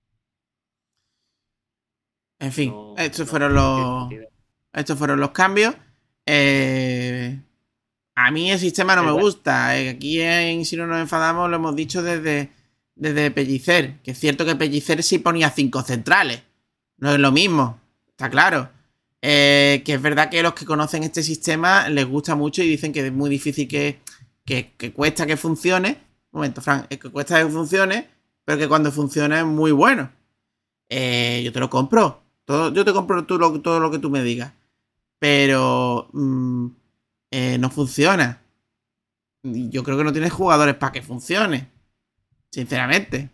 Speaker 3: En fin,
Speaker 4: No,
Speaker 3: estos
Speaker 4: no,
Speaker 3: fueron
Speaker 4: no tiene
Speaker 3: los.
Speaker 4: sentido.
Speaker 3: Estos fueron los cambios. Eh, a mí el sistema no me
Speaker 4: Igual.
Speaker 3: gusta. Eh, Aquí en Si no nos enfadamos lo hemos dicho desde, desde Pellicer. Que es cierto que Pellicer sí ponía cinco centrales. No es lo mismo. Está claro. Eh, que es verdad que los que conocen este sistema les gusta mucho y dicen que es muy difícil que, que, que cuesta que funcione. Un momento, Fran. Es que cuesta que funcione, pero que cuando funciona es muy bueno. Eh, yo te lo compro. Todo, yo te compro tú lo- todo lo que tú me digas. Pero mm, eh, no funciona. Y yo creo que no tienes jugadores para que funcione. Sinceramente.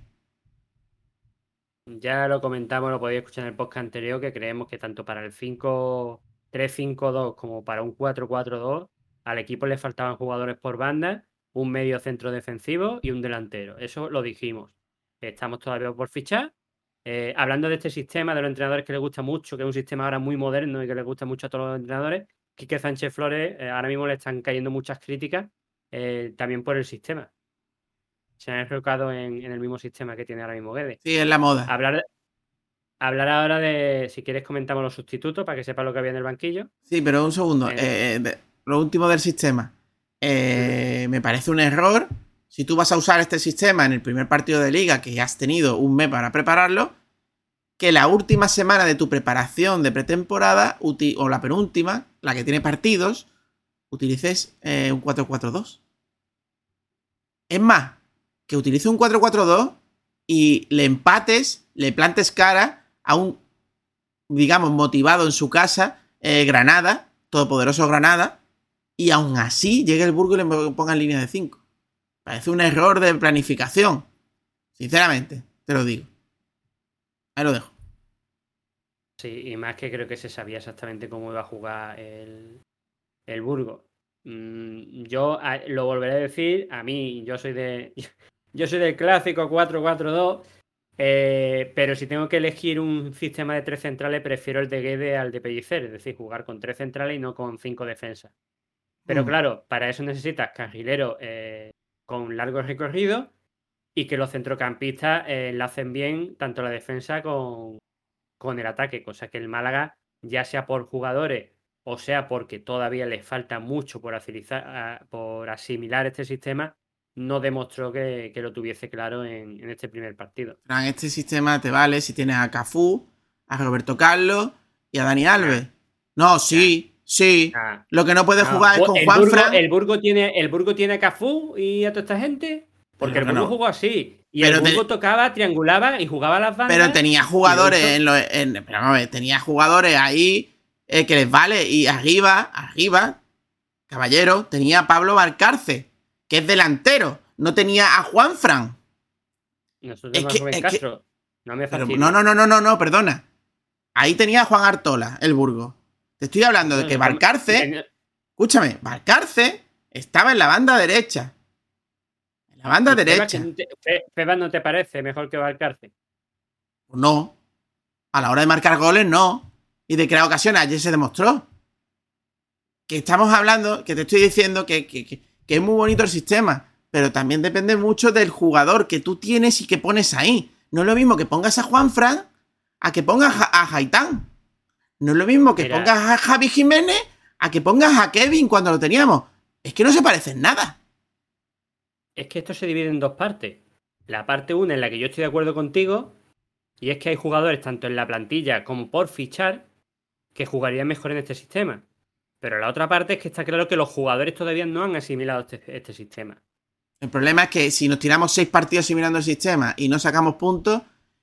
Speaker 4: Ya lo comentamos, lo podéis escuchar en el podcast anterior, que creemos que tanto para el cinco tres cinco dos como para un cuatro cuatro dos al equipo le faltaban jugadores por banda, un medio centro defensivo y un delantero. Eso lo dijimos. Estamos todavía por fichar. Eh, hablando de este sistema, de los entrenadores que les gusta mucho, que es un sistema ahora muy moderno y que les gusta mucho a todos los entrenadores, Quique Sánchez Flores, eh, ahora mismo le están cayendo muchas críticas, eh, también por el sistema. Se han enfocado en, en el mismo sistema que tiene ahora mismo Guede.
Speaker 3: Sí, es la moda.
Speaker 4: Hablar, hablar ahora de, si quieres comentamos los sustitutos para que sepas lo que había en el banquillo.
Speaker 3: Sí, pero un segundo.
Speaker 4: Eh.
Speaker 3: Eh, de- lo último del sistema. Eh, me parece un error. Si tú vas a usar este sistema en el primer partido de liga, que ya has tenido un mes para prepararlo, que la última semana de tu preparación de pretemporada, uti- o la penúltima, la que tiene partidos, utilices eh, un cuatro cuatro dos. Es más, que utilice un cuatro cuatro dos y le empates, le plantes cara a un, digamos, motivado en su casa, eh, Granada, todopoderoso Granada, y aún así llegue el Burgos y le ponga en línea de cinco. Parece un error de planificación. Sinceramente, te lo digo. Ahí lo dejo.
Speaker 4: Sí, y más que creo que se sabía exactamente cómo iba a jugar el, el Burgos. Mm, yo a- lo volveré a decir, a mí, yo soy de yo soy del clásico cuatro cuatro dos, eh, pero si tengo que elegir un sistema de tres centrales, prefiero el de Guede al de Pellicer, es decir, jugar con tres centrales y no con cinco defensas. Pero
Speaker 3: Mm.
Speaker 4: claro, para eso necesitas carrileros eh, con largo recorrido y que los centrocampistas eh, enlacen bien tanto la defensa con, con el ataque, cosa que el Málaga, ya sea por jugadores o sea porque todavía le falta mucho por, asilizar- a- por asimilar este sistema, no demostró que, que lo tuviese claro en, en este primer partido.
Speaker 3: Fran, este sistema te vale si tienes a Cafú, a Roberto Carlos y a Dani Alves. No, sí, sí.
Speaker 4: Ah,
Speaker 3: Lo que no puedes
Speaker 4: no,
Speaker 3: jugar es con
Speaker 4: el
Speaker 3: Juan
Speaker 4: Burgo,
Speaker 3: Fran.
Speaker 4: el Burgo tiene, el Burgo tiene a Cafú y a toda esta gente. Porque
Speaker 3: Pero
Speaker 4: el Burgo
Speaker 3: no.
Speaker 4: jugó así. Y
Speaker 3: Pero
Speaker 4: el
Speaker 3: te-
Speaker 4: Burgo tocaba, triangulaba y jugaba a las bandas.
Speaker 3: Pero tenía jugadores
Speaker 4: y lo hizo-
Speaker 3: en los. En, pero vamos a ver, tenía jugadores ahí eh, que les vale. Y arriba, arriba, caballero, tenía a Pablo Valcarce, que es delantero. No tenía a Juanfran.
Speaker 4: Nosotros
Speaker 3: Es
Speaker 4: tenemos
Speaker 3: que-
Speaker 4: a Rubén
Speaker 3: es que-
Speaker 4: Castro. No me
Speaker 3: Pero,
Speaker 4: fastidies.
Speaker 3: no, no, no, no, no, no, perdona. Ahí tenía a Juan Artola, el Burgos. Te estoy hablando de que
Speaker 4: Bueno,
Speaker 3: Valcarce,
Speaker 4: tenía-
Speaker 3: escúchame, Valcarce estaba en la banda derecha. En la banda
Speaker 4: ¿Y Febas
Speaker 3: derecha.
Speaker 4: que no te- Fe- Febas no te parece mejor que Valcarce?
Speaker 3: No. A la hora de marcar goles, no. Y de crear ocasiones, ayer se demostró. Que estamos hablando, que te estoy diciendo que, que, que, que es muy bonito el sistema, pero también depende mucho del jugador que tú tienes y que pones ahí. No es lo mismo que pongas a Juanfran a que pongas a, a Haitán. No es lo mismo que
Speaker 4: Mira.
Speaker 3: pongas a Javi Jiménez a que pongas a Kevin cuando lo teníamos. Es que no se parecen nada.
Speaker 4: Es que esto se divide en dos partes. La parte una en la que yo estoy de acuerdo contigo, y es que hay jugadores tanto en la plantilla como por fichar que jugarían mejor en este sistema. Pero la otra parte es que está claro que los jugadores todavía no han asimilado este, este sistema.
Speaker 3: El problema es que si nos tiramos seis partidos asimilando el sistema y no sacamos puntos,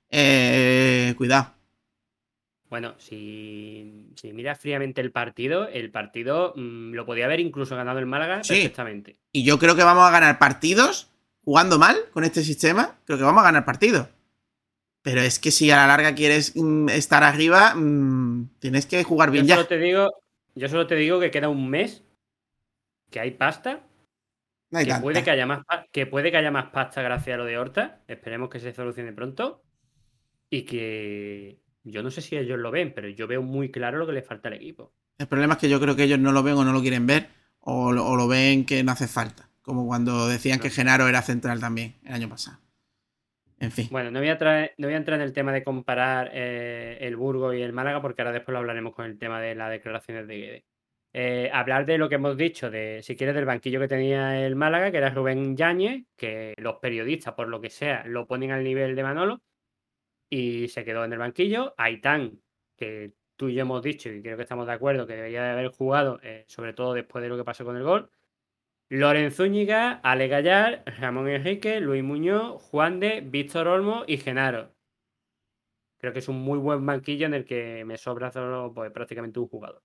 Speaker 3: eh, cuidado.
Speaker 4: Bueno, si, si miras fríamente el partido, el partido mmm, lo podía haber incluso ganado el Málaga
Speaker 3: Sí.
Speaker 4: perfectamente.
Speaker 3: Y yo creo que vamos a ganar partidos jugando mal con este sistema. Creo que vamos a ganar partidos. Pero es que si a la larga quieres mm, estar arriba, mm, tienes que jugar bien
Speaker 4: Yo
Speaker 3: ya.
Speaker 4: solo te digo, yo solo te digo que queda un mes, que hay pasta,
Speaker 3: No hay
Speaker 4: que
Speaker 3: tanta.
Speaker 4: puede que haya más pa- que puede que haya más pasta gracias a lo de Horta. Esperemos que se solucione pronto. Y que yo no sé si ellos lo ven, pero yo veo muy claro lo que le falta al equipo.
Speaker 3: El problema es que yo creo que ellos no lo ven o no lo quieren ver, o, lo- o lo ven que no hace falta. Como cuando decían
Speaker 4: No.
Speaker 3: que Genaro era central también el año pasado. En fin.
Speaker 4: Bueno, no voy a, traer- no voy a entrar en el tema de comparar eh, el Burgos y el Málaga, porque ahora después lo hablaremos con el tema de las declaraciones de Guede. Eh, hablar de lo que hemos dicho, de si quieres, del banquillo que tenía el Málaga, que era Rubén Yáñez, que los periodistas, por lo que sea, lo ponen al nivel de Manolo, y se quedó en el banquillo. Aitán, que tú y yo hemos dicho, y creo que estamos de acuerdo, que debería de haber jugado, eh, sobre todo después de lo que pasó con el gol. Loren Zúñiga, Ale Gallar, Ramón Enrique, Luis Muñoz, Juan de, Víctor Olmo y Genaro. Creo que es un muy buen banquillo en el que me sobra solo pues, prácticamente un jugador.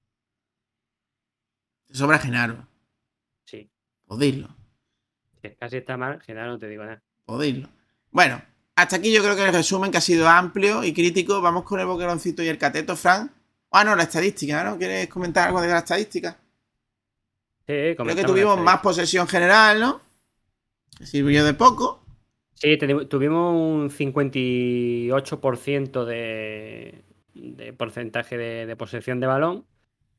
Speaker 3: Te sobra Genaro.
Speaker 4: Sí.
Speaker 3: Podéislo.
Speaker 4: Si casi está mal, Genaro no te digo nada.
Speaker 3: Podéislo. Bueno, hasta aquí yo creo que el resumen que ha sido amplio y crítico. Vamos con el boqueroncito y el cateto, Fran. Ah, no, la estadística, ¿no? ¿Quieres comentar algo de la estadística?
Speaker 4: Sí,
Speaker 3: Creo que
Speaker 4: comentamos
Speaker 3: tuvimos
Speaker 4: la
Speaker 3: más posesión general, ¿no? Que sirvió de poco.
Speaker 4: Sí, teni- tuvimos un cincuenta y ocho por ciento de, de porcentaje de, de posesión de balón.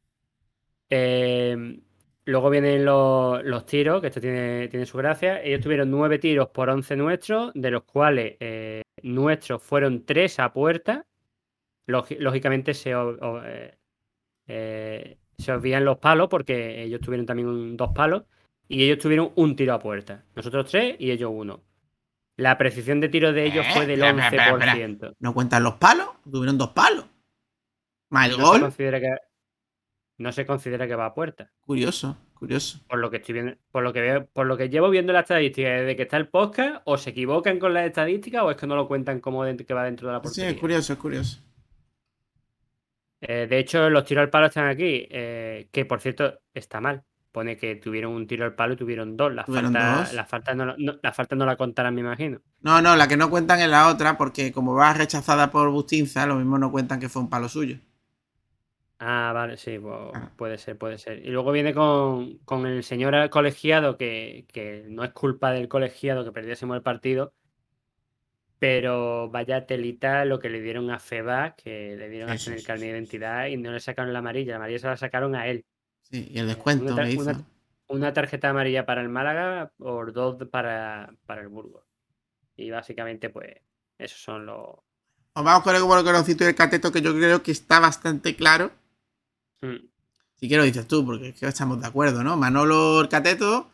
Speaker 4: Eh, luego vienen los, los tiros, que esto tiene, tiene su gracia. Ellos tuvieron nueve tiros por once nuestros, de los cuales eh, nuestros fueron tres a puerta. Lógi- lógicamente se, o- o, eh, eh, se olvidan los palos, porque ellos tuvieron también un- dos palos. Y ellos tuvieron un tiro a puerta. Nosotros tres y ellos uno. La precisión de tiro de ellos
Speaker 3: Eh,
Speaker 4: fue del
Speaker 3: espera, espera,
Speaker 4: once por ciento.
Speaker 3: espera. ¿No cuentan los palos? Tuvieron dos palos. Más el
Speaker 4: No se
Speaker 3: gol.
Speaker 4: considera que, no se considera que va a puerta.
Speaker 3: Curioso, curioso.
Speaker 4: Por lo que estoy viendo, por lo que veo, por lo que llevo viendo las estadísticas desde que está el podcast, o se equivocan con las estadísticas, o es que no lo cuentan como dentro- que va dentro de la
Speaker 3: Sí,
Speaker 4: portería.
Speaker 3: es curioso, es curioso.
Speaker 4: Eh, de hecho, los tiros al palo están aquí, eh, que por cierto está mal. Pone que tuvieron un tiro al palo y tuvieron dos. Las
Speaker 3: ¿Tuvieron
Speaker 4: faltas
Speaker 3: dos?
Speaker 4: las faltas no, la- no- las faltas no la contarán, me imagino.
Speaker 3: No, no, la que no cuentan es la otra, porque como va rechazada por Bustinza, lo mismo no cuentan que fue un palo suyo.
Speaker 4: Ah, vale, sí, pues,
Speaker 3: Ah.
Speaker 4: puede ser, puede ser. Y luego viene con, con el señor colegiado, que, que no es culpa del colegiado que perdiésemos el partido, pero vaya telita lo que le dieron a Febas, que le dieron
Speaker 3: Sí,
Speaker 4: hasta
Speaker 3: sí,
Speaker 4: en el
Speaker 3: sí,
Speaker 4: carnet
Speaker 3: sí.
Speaker 4: de identidad y no le sacaron la amarilla. La amarilla se la sacaron a él.
Speaker 3: Sí, y el descuento
Speaker 4: Una, tar-
Speaker 3: que hizo.
Speaker 4: una- una tarjeta amarilla para el Málaga por dos para, para el Burgos. Y básicamente, pues, esos son los...
Speaker 3: Os vamos con el boqueroncito y el cateto, que yo creo que está bastante claro.
Speaker 4: Mm.
Speaker 3: Si quiero dices tú, porque es que estamos de acuerdo, ¿no? Manolo el cateto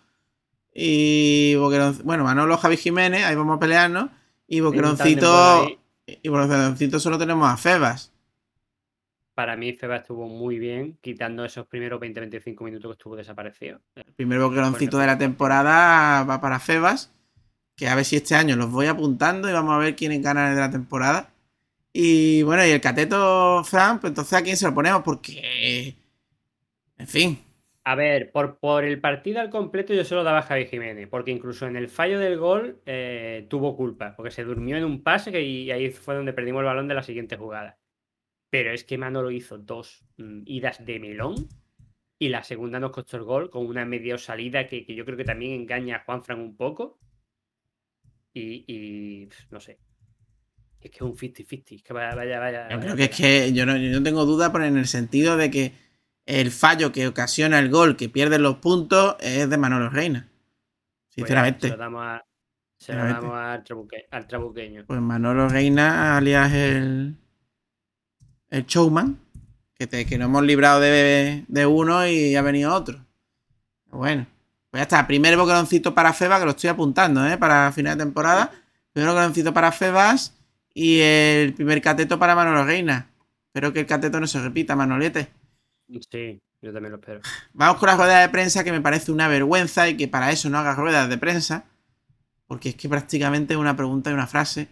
Speaker 3: y Boqueroncito. Bueno, Manolo Javi Jiménez, ahí vamos a pelearnos. Y Boqueroncito.
Speaker 4: Ahí.
Speaker 3: Y Boqueroncito solo tenemos a Febas.
Speaker 4: Para mí, Febas estuvo muy bien, quitando esos primeros veinte a veinticinco minutos que estuvo desaparecido.
Speaker 3: El primer boqueroncito
Speaker 4: Bueno,
Speaker 3: de la
Speaker 4: pues-
Speaker 3: temporada va para Febas. Que a ver si este año los voy apuntando y vamos a ver quiénes ganan el de la temporada. Y bueno, y el cateto, Fran, pues entonces ¿a quién se lo ponemos? Porque. En fin.
Speaker 4: A ver, por, por el partido al completo yo se lo daba a Javi Jiménez, porque incluso en el fallo del gol eh, tuvo culpa, porque se durmió en un pase que, y ahí fue donde perdimos el balón de la siguiente jugada. Pero es que Manolo hizo dos mm, idas de melón y la segunda nos costó el gol con una medio salida que, que yo creo que también engaña a Juanfran un poco. Y, y no sé. Es que es un cincuenta cincuenta. Es que vaya, vaya, vaya.
Speaker 3: Yo
Speaker 4: vaya
Speaker 3: creo que es
Speaker 4: tela.
Speaker 3: que yo no, yo no tengo duda, pero en el sentido de que el fallo que ocasiona el gol, que pierde los puntos, es de Manolo Reina.
Speaker 4: Pues
Speaker 3: Sinceramente.
Speaker 4: se lo damos, a, se lo
Speaker 3: Sinceramente.
Speaker 4: damos al, trabuque, al trabuqueño.
Speaker 3: Pues Manolo Reina, alias el, el showman, que, te, que nos hemos librado de, de uno y ha venido otro. Bueno, pues ya está. Primer boqueroncito para Febas, que lo estoy apuntando, ¿eh? Para final de temporada. Primer boqueroncito para Febas y el primer cateto para Manolo Reina. Espero que el cateto no se repita, Manolete.
Speaker 4: Sí, yo también lo espero.
Speaker 3: Vamos con la rueda de prensa, que me parece una vergüenza y que para eso no haga ruedas de prensa. Porque es que prácticamente es una pregunta y una frase.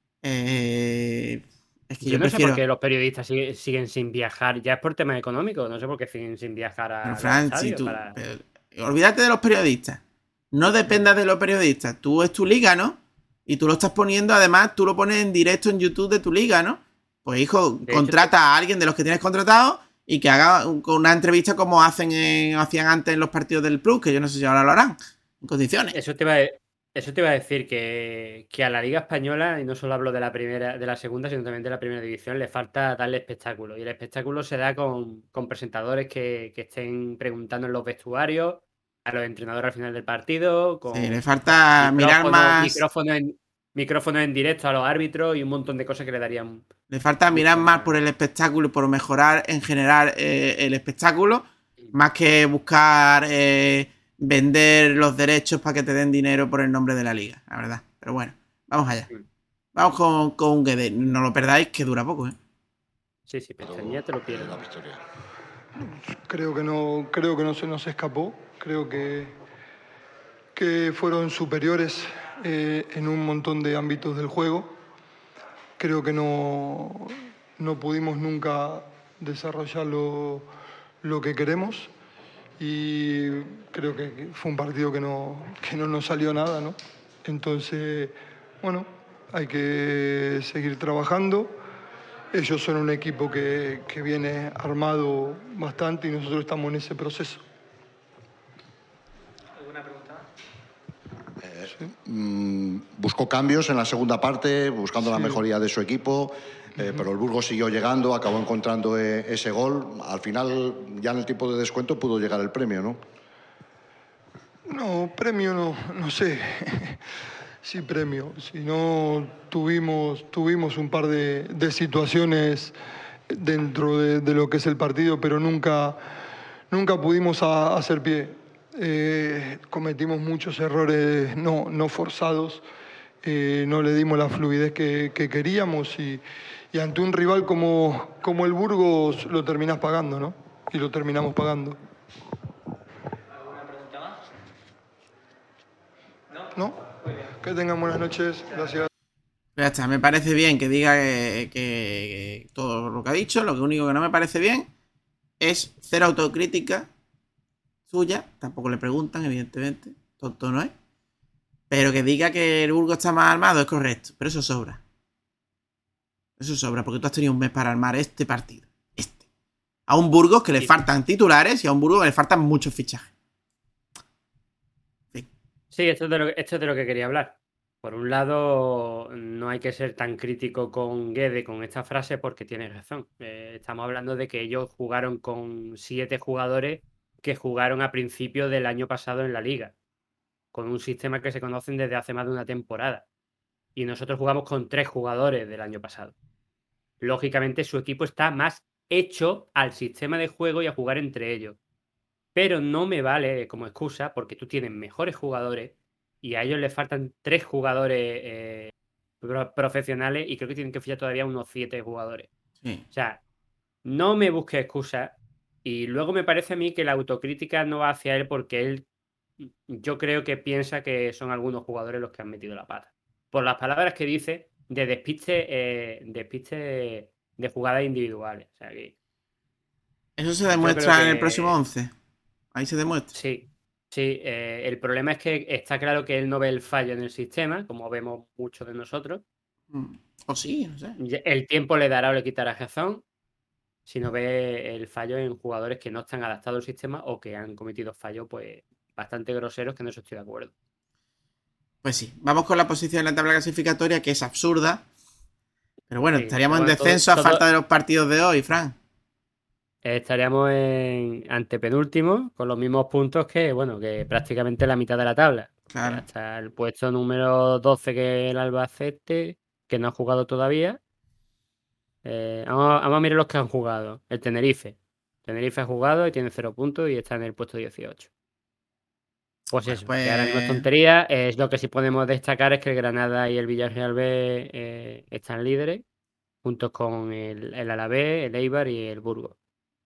Speaker 3: Eh, es que
Speaker 4: Yo,
Speaker 3: yo,
Speaker 4: no
Speaker 3: prefiero...
Speaker 4: sé por qué los periodistas siguen, siguen sin viajar. Ya es por temas económicos. No sé por qué siguen sin viajar a
Speaker 3: Pero
Speaker 4: los
Speaker 3: Fran, si
Speaker 4: estadios.
Speaker 3: tú...
Speaker 4: Para...
Speaker 3: pero, olvídate de los periodistas. No dependas de los periodistas. Tú es tu liga, ¿no? Y tú lo estás poniendo, además, tú lo pones en directo en YouTube de tu liga, ¿no? Pues hijo,
Speaker 4: De
Speaker 3: contrata
Speaker 4: hecho,
Speaker 3: a alguien de los que tienes contratado y que haga una entrevista como hacen en, hacían antes en los partidos del Plus, que yo no sé si ahora lo harán, en condiciones.
Speaker 4: Eso te iba a, eso te iba a decir que, que a la Liga Española, y no solo hablo de la primera, de la segunda, sino también de la primera división, le falta darle espectáculo. Y el espectáculo se da con, con presentadores que, que estén preguntando en los vestuarios, a los entrenadores al final del partido, con
Speaker 3: Sí, le falta mirar
Speaker 4: micrófonos,
Speaker 3: más.
Speaker 4: micrófonos en, micrófonos en directo a los árbitros y un montón de cosas que le darían.
Speaker 3: Le falta mirar
Speaker 4: mucho
Speaker 3: más
Speaker 4: más.
Speaker 3: por el espectáculo y por mejorar en general eh, el espectáculo, más que buscar eh, vender los derechos para que te den dinero por el nombre de la liga, la verdad. Pero bueno, vamos allá. Vamos con, con un Guede. No lo perdáis, que dura poco, ¿eh?
Speaker 4: Sí, sí, pestañilla te lo pierdo.
Speaker 1: La victoria.
Speaker 6: Creo que no, creo que no se nos escapó. Creo que, que fueron superiores eh, en un montón de ámbitos del juego. Creo que no, no pudimos nunca desarrollar lo, lo que queremos y creo que fue un partido que no, que no nos salió nada, ¿no? Entonces, bueno, hay que seguir trabajando. Ellos son un equipo que, que viene armado bastante y nosotros estamos en ese proceso.
Speaker 7: ¿Alguna pregunta?
Speaker 8: Eh, sí. mm, buscó cambios en la segunda parte, buscando sí. la mejoría de su equipo, eh, uh-huh. pero el Burgos siguió llegando, acabó encontrando eh, ese gol. Al final, ya en el tiempo de descuento, pudo llegar el premio, ¿no?
Speaker 6: No, premio no, no sé. Sí, premio. Si no, tuvimos, tuvimos un par de, de situaciones dentro de, de lo que es el partido, pero nunca, nunca pudimos a, hacer pie. Eh, cometimos muchos errores no, no forzados, eh, no le dimos la fluidez que, que queríamos y, y ante un rival como, como el Burgos lo terminás pagando, ¿no? Y lo terminamos pagando.
Speaker 7: ¿Alguna pregunta más? ¿No?
Speaker 6: ¿No? Que tengan buenas noches, gracias.
Speaker 3: Ya está, me parece bien que diga que, que, que todo lo que ha dicho. Lo único que no me parece bien es cero autocrítica suya. Tampoco le preguntan, evidentemente. Tonto no es. Pero que diga que el Burgos está más armado es correcto. Pero eso sobra. Eso sobra porque tú has tenido un mes para armar este partido. Este. A un Burgos que le sí. faltan titulares y a un Burgos que le faltan muchos fichajes.
Speaker 4: Sí, esto es, de lo, esto es de lo que quería hablar. Por un lado, no hay que ser tan crítico con Guede con esta frase porque tienes razón. Eh, estamos hablando de que ellos jugaron con siete jugadores que jugaron a principios del año pasado en la liga, con un sistema que se conocen desde hace más de una temporada. Y nosotros jugamos con tres jugadores del año pasado. Lógicamente, su equipo está más hecho al sistema de juego y a jugar entre ellos. Pero no me vale como excusa porque tú tienes mejores jugadores y a ellos les faltan tres jugadores eh, profesionales y creo que tienen que fichar todavía unos siete jugadores.
Speaker 3: Sí.
Speaker 4: O sea, no me busque excusas y luego me parece a mí que la autocrítica no va hacia él porque él, yo creo que piensa que son algunos jugadores los que han metido la pata. Por las palabras que dice de despiste, eh, despiste de jugadas individuales. O sea que
Speaker 3: eso se demuestra
Speaker 4: que...
Speaker 3: en el próximo once. Ahí se demuestra.
Speaker 4: Sí, sí. Eh, el problema es que está claro que él no ve el fallo en el sistema, como vemos muchos de nosotros.
Speaker 3: Mm. O sí, no sé.
Speaker 4: El tiempo le dará o le quitará razón si no ve el fallo en jugadores que no están adaptados al sistema o que han cometido fallos pues bastante groseros, que no estoy de acuerdo.
Speaker 3: Pues sí, vamos con la posición en la tabla clasificatoria, que es absurda. Pero bueno,
Speaker 4: Sí,
Speaker 3: estaríamos
Speaker 4: bueno,
Speaker 3: en descenso
Speaker 4: todo-
Speaker 3: a falta
Speaker 4: todo-
Speaker 3: de los partidos de hoy, Fran.
Speaker 4: Estaríamos en antepenúltimo con los mismos puntos que, bueno, que prácticamente la mitad de la tabla.
Speaker 3: Claro.
Speaker 4: Hasta el puesto número doce, que es el Albacete, que no ha jugado todavía. Eh, vamos, vamos a mirar los que han jugado. El Tenerife. Tenerife ha jugado y tiene cero puntos y está en el puesto dieciocho. Pues
Speaker 3: Bueno,
Speaker 4: eso,
Speaker 3: pues-
Speaker 4: que ahora mismo es tontería. Es lo que sí podemos destacar es que el Granada y el Villarreal B eh, están líderes, juntos con el, el Alavés, el Eibar y el Burgos.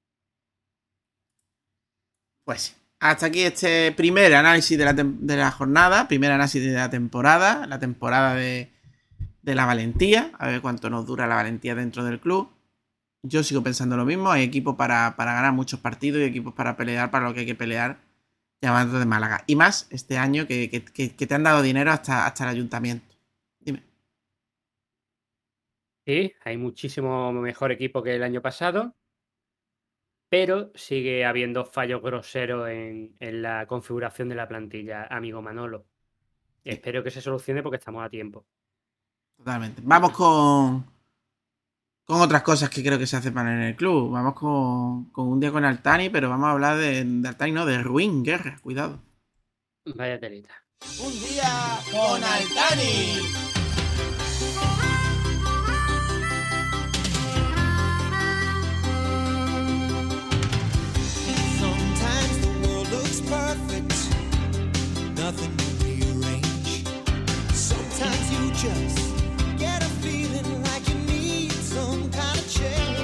Speaker 3: Pues sí. Hasta aquí este primer análisis de la, tem- de la jornada, primer análisis de la temporada, la temporada de, de la valentía, a ver cuánto nos dura la valentía dentro del club. Yo sigo pensando lo mismo, hay equipos para, para ganar muchos partidos y equipos para pelear para lo que hay que pelear, llamando de Málaga. Y más este año que, que, que, que te han dado dinero hasta, hasta el ayuntamiento. Dime.
Speaker 4: Sí, hay muchísimo mejor equipo que el año pasado, pero sigue habiendo fallos groseros en, en la configuración de la plantilla, amigo Manolo. Espero que se solucione porque estamos a tiempo.
Speaker 3: Totalmente. Vamos con, con otras cosas que creo que se hacen mal en el club. Vamos con, con un día con Altani, pero vamos a hablar de, de Altani, no, de Ruin Guerra. Cuidado.
Speaker 4: Vaya telita.
Speaker 3: Un día con Altani.
Speaker 9: Sometimes the world looks perfect, nothing to rearrange. Sometimes you just get a feeling like you need some kind of change.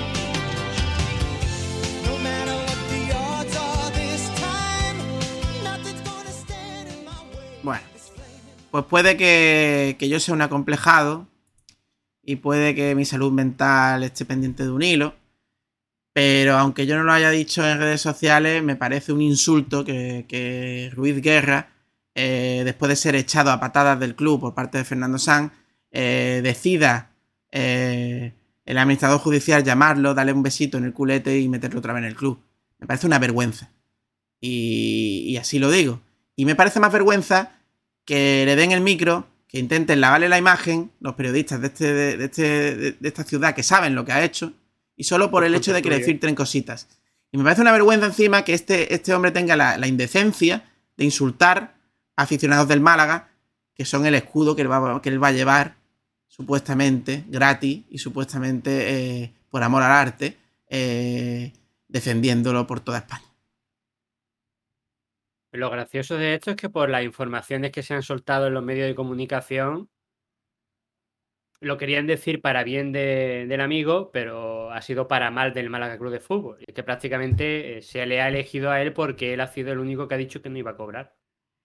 Speaker 9: No matter what the odds are this time, nothing's gonna stand in my way.
Speaker 3: Bueno, pues puede que, que yo sea un acomplejado y puede que mi salud mental esté pendiente de un hilo, pero aunque yo no lo haya dicho en redes sociales, me parece un insulto que, que Ruiz Guerra, eh, después de ser echado a patadas del club por parte de Fernando Sanz, eh, decida eh, el administrador judicial llamarlo, darle un besito en el culete y meterlo otra vez en el club. Me parece una vergüenza. Y, y así lo digo. Y me parece más vergüenza que le den el micro, que intenten lavarle la imagen, los periodistas de, este, de, de, este, de, de esta ciudad que saben lo que ha hecho, y solo por el hecho de que le filtren cositas. Y me parece una vergüenza encima que este, este hombre tenga la, la indecencia de insultar a aficionados del Málaga, que son el escudo que él va, que él va a llevar, supuestamente, gratis, y supuestamente eh, por amor al arte, eh, defendiéndolo por toda España.
Speaker 4: Lo gracioso de esto es que por las informaciones que se han soltado en los medios de comunicación, lo querían decir para bien de, del amigo, pero ha sido para mal del Málaga Club de Fútbol. Y es que prácticamente eh, se le ha elegido a él porque él ha sido el único que ha dicho que no iba a cobrar.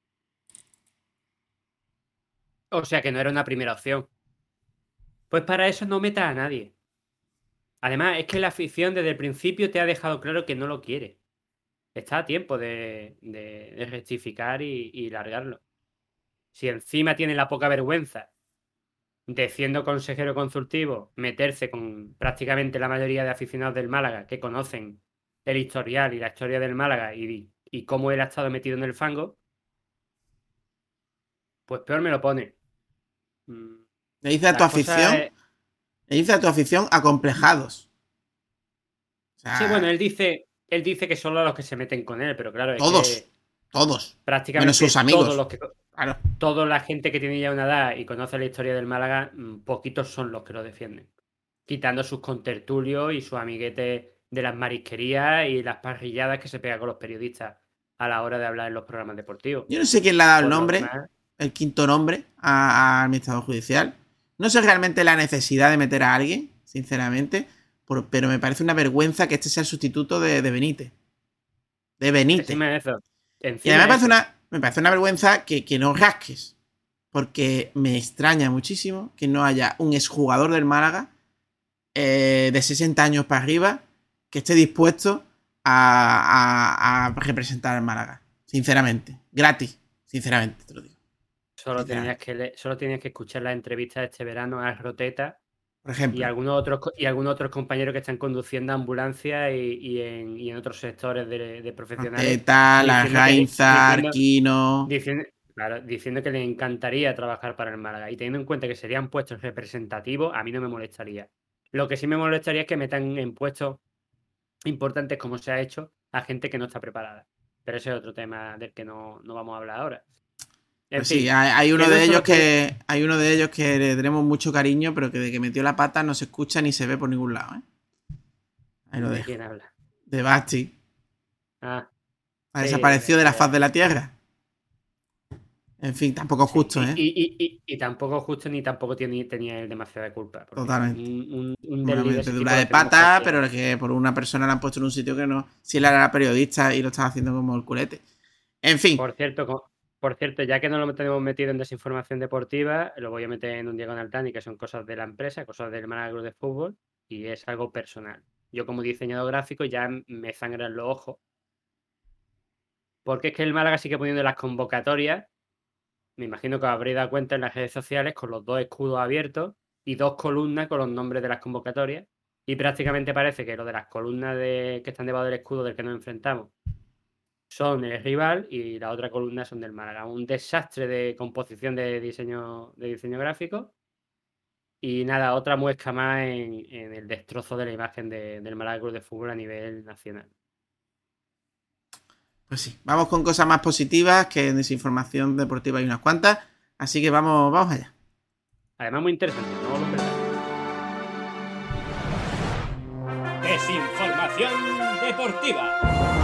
Speaker 4: O sea que no era una primera opción. Pues para eso no metas a nadie. Además, es que la afición desde el principio te ha dejado claro que no lo quiere. Está a tiempo de, de, de rectificar y, y largarlo. Si encima tiene la poca vergüenza de, siendo consejero consultivo, meterse con prácticamente la mayoría de aficionados del Málaga que conocen el historial y la historia del Málaga y, y cómo él ha estado metido en el fango, pues peor me lo pone.
Speaker 3: Le dice a tu afición, es... le dice a tu afición acomplejados.
Speaker 4: O sea, sí, bueno, él dice, él dice que solo los que se meten con él, pero claro, es
Speaker 3: todos,
Speaker 4: que
Speaker 3: todos,
Speaker 4: prácticamente
Speaker 3: menos sus amigos.
Speaker 4: Todos los que, claro. Toda la gente que tiene ya una edad y conoce la historia del Málaga, poquitos son los que lo defienden. Quitando sus contertulios y sus amiguetes de las marisquerías y las parrilladas que se pega con los periodistas a la hora de hablar en los programas deportivos.
Speaker 3: Yo no sé quién le ha dado el nombre, el quinto nombre al administrador judicial. No sé realmente la necesidad de meter a alguien, sinceramente, por, pero me parece una vergüenza que este sea el sustituto de, de Benítez. De Benítez.
Speaker 4: Encima de eso. Encima
Speaker 3: y además me parece,
Speaker 4: eso.
Speaker 3: una, me parece una vergüenza que, que no rasques. Porque me extraña muchísimo que no haya un exjugador del Málaga eh, de sesenta años para arriba que esté dispuesto a a, a- a representar al Málaga. Sinceramente. Gratis. Sinceramente, te lo digo.
Speaker 4: Solo
Speaker 3: Ya.
Speaker 4: tenías que le- solo tenías que escuchar las entrevistas de este verano a Roteta
Speaker 3: Por
Speaker 4: y
Speaker 3: ejemplo.
Speaker 4: algunos otros co- y algunos otros compañeros que están conduciendo ambulancias y, y en, y en otros sectores de, de profesionales
Speaker 3: Teta, la
Speaker 4: diciendo que le-
Speaker 3: Gainza,
Speaker 4: diciendo-
Speaker 3: Arquino.
Speaker 4: diciendo, claro, diciendo que les encantaría trabajar para el Málaga y teniendo en cuenta que serían puestos representativos, a mí no me molestaría. Lo que sí me molestaría es que metan en puestos importantes como se ha hecho a gente que no está preparada. Pero ese es otro tema del que no, no vamos a hablar ahora. En
Speaker 3: Pues
Speaker 4: fin,
Speaker 3: sí, hay, hay uno
Speaker 4: que no
Speaker 3: de ellos
Speaker 4: solo
Speaker 3: que. Hay uno de ellos que le tenemos mucho cariño, pero que de que metió la pata no se escucha ni se ve por ningún lado, ¿eh? Ahí lo
Speaker 4: ¿De
Speaker 3: dejo.
Speaker 4: quién habla?
Speaker 3: De Basti.
Speaker 4: Ah,
Speaker 3: Ha
Speaker 4: sí,
Speaker 3: desaparecido de la
Speaker 4: eh,
Speaker 3: faz de la tierra. En fin, tampoco es justo,
Speaker 4: y,
Speaker 3: ¿eh?
Speaker 4: y, y, y- y tampoco justo ni tampoco tiene, tenía él demasiada culpa. porque
Speaker 3: Totalmente.
Speaker 4: Un, un, un
Speaker 3: Una
Speaker 4: desliz de ese tipo
Speaker 3: metedura
Speaker 4: lo
Speaker 3: de
Speaker 4: tenemos
Speaker 3: pata,
Speaker 4: cualquiera.
Speaker 3: pero que por una persona la han puesto en un sitio que no. Si él era periodista y lo estaba haciendo como el culete. En fin,
Speaker 4: Por cierto, co- por cierto, ya que no lo tenemos metido en desinformación deportiva, lo voy a meter en un diagonal Tani, que son cosas de la empresa, cosas del Málaga Club de Fútbol, y es algo personal. Yo como diseñador gráfico ya m- me sangran los ojos, porque es que el Málaga sigue poniendo las convocatorias, me imagino que os habréis dado cuenta en las redes sociales, con los dos escudos abiertos y dos columnas con los nombres de las convocatorias, y prácticamente parece que lo de las columnas de, que están debajo del escudo del que nos enfrentamos son el rival y la otra columna son del Málaga. Un desastre de composición de diseño, de diseño gráfico. Y nada, otra muesca más en, en el destrozo de la imagen de- del Málaga Club de Fútbol a nivel nacional.
Speaker 3: pues sí. Vamos con cosas más positivas, que en desinformación deportiva hay unas cuantas. Así que vamos, vamos allá.
Speaker 4: Además, muy interesante, no os lo perdáis.
Speaker 10: Desinformación deportiva.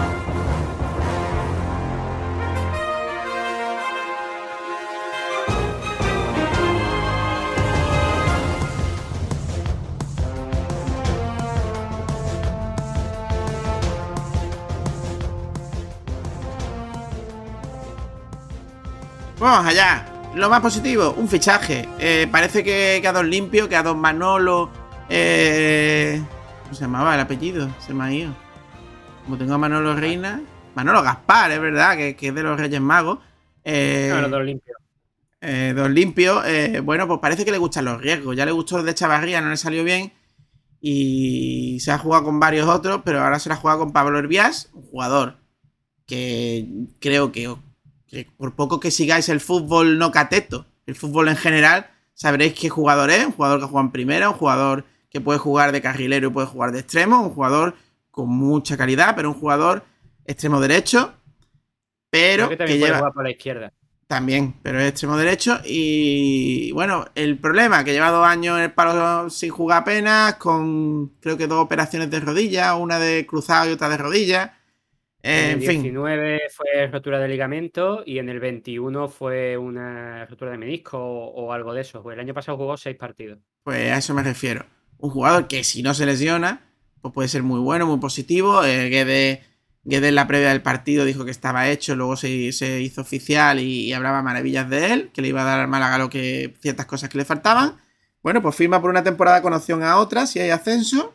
Speaker 3: Vamos allá. Lo más positivo, un fichaje. Eh, parece que, que a Don Limpio, que a Don Manolo. Eh, ¿Cómo se llamaba el apellido? Se me ha ido. Como tengo a Manolo Reina. Manolo Gaspar, es verdad, que, que es de los Reyes Magos. Eh,
Speaker 4: No, los dos limpios.
Speaker 3: eh, Don Limpio, eh, bueno, pues parece que le gustan los riesgos. Ya le gustó el de Chavarría, no le salió bien. Y se ha jugado con varios otros, pero ahora se la ha jugado con Pablo Herbiás, un jugador que creo que, que por poco que sigáis el fútbol no cateto, el fútbol en general, sabréis qué jugador es. Un jugador que juega en primera, un jugador que puede jugar de carrilero y puede jugar de extremo, un jugador con mucha calidad, pero un jugador extremo derecho, pero
Speaker 4: Creo que
Speaker 3: que
Speaker 4: también puede
Speaker 3: lleva...
Speaker 4: jugar por la izquierda.
Speaker 3: También, pero es extremo derecho. Y bueno, el problema que lleva dos años en el palo sin jugar apenas, con creo que dos operaciones de rodilla, una de cruzado y otra de rodilla. Eh,
Speaker 4: En
Speaker 3: en
Speaker 4: el
Speaker 3: fin,
Speaker 4: diecinueve fue rotura de ligamento y en el veintiuno fue una rotura de menisco o, o algo de eso. Pues el año pasado jugó seis partidos.
Speaker 3: pues a eso me refiero. Un jugador que si no se lesiona, pues puede ser muy bueno, muy positivo. Eh, Guedes, Guedes en la previa del partido dijo que estaba hecho, luego se, se hizo oficial y, y hablaba maravillas de él, que le iba a dar al Málaga lo que, ciertas cosas que le faltaban. Bueno, pues firma por una temporada con opción a otra, si hay ascenso.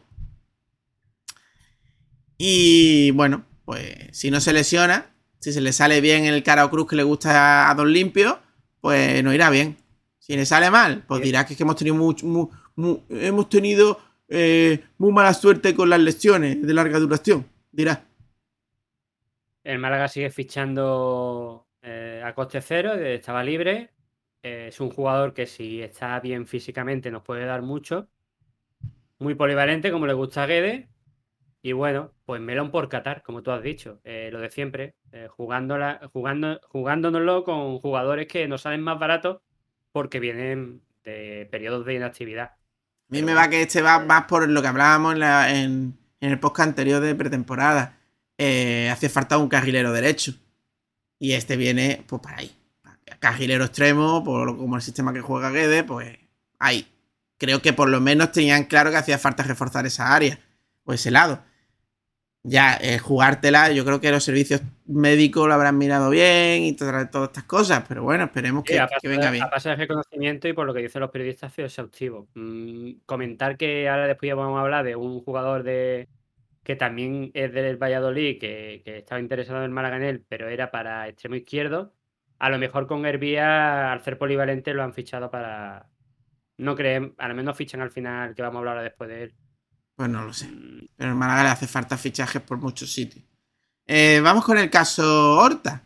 Speaker 3: Y bueno, pues si no se lesiona, si se le sale bien el cara o cruz que le gusta a Don Limpio, pues no irá bien. Si le sale mal, pues dirá que es que hemos tenido mucho, mu- mu- hemos tenido eh, muy mala suerte con las lesiones de larga duración, dirá.
Speaker 4: El Málaga sigue fichando eh, a coste cero, eh, estaba libre. Eh, es un jugador que si está bien físicamente nos puede dar mucho. Muy polivalente, como le gusta a Guedes. Y bueno, pues melón por Qatar, como tú has dicho. Eh, lo de siempre. Eh, jugándola, jugando, jugándonoslo con jugadores que nos salen más baratos porque vienen de periodos de inactividad.
Speaker 3: A mí me va que este va más por lo que hablábamos en, la- en- en el podcast anterior de pretemporada. Eh, hace falta un carrilero derecho. Y este viene, pues para ahí. Carrilero extremo, por lo- como el sistema que juega Guedes, pues ahí. Creo que por lo menos tenían claro que hacía falta reforzar esa área o ese lado. Ya, eh, jugártela, yo creo que los servicios médicos lo habrán mirado bien y todas, todas estas cosas, pero bueno, esperemos
Speaker 4: Sí,
Speaker 3: que,
Speaker 4: a
Speaker 3: que
Speaker 4: paso,
Speaker 3: venga bien.
Speaker 4: a paso de reconocimiento y por lo que dicen los periodistas ha sido exhaustivo. Mm, comentar que ahora después ya vamos a hablar de un jugador de, que también es del Valladolid, que, que estaba interesado en el Málaga en él, pero era para extremo izquierdo. A lo mejor con Hervía, al ser polivalente, lo han fichado para... No creen, a lo menos fichan al final, que vamos a hablar ahora después de él.
Speaker 3: Pues no lo sé. Pero al Málaga le hace falta fichajes por muchos sitios. Eh, vamos con el caso Horta.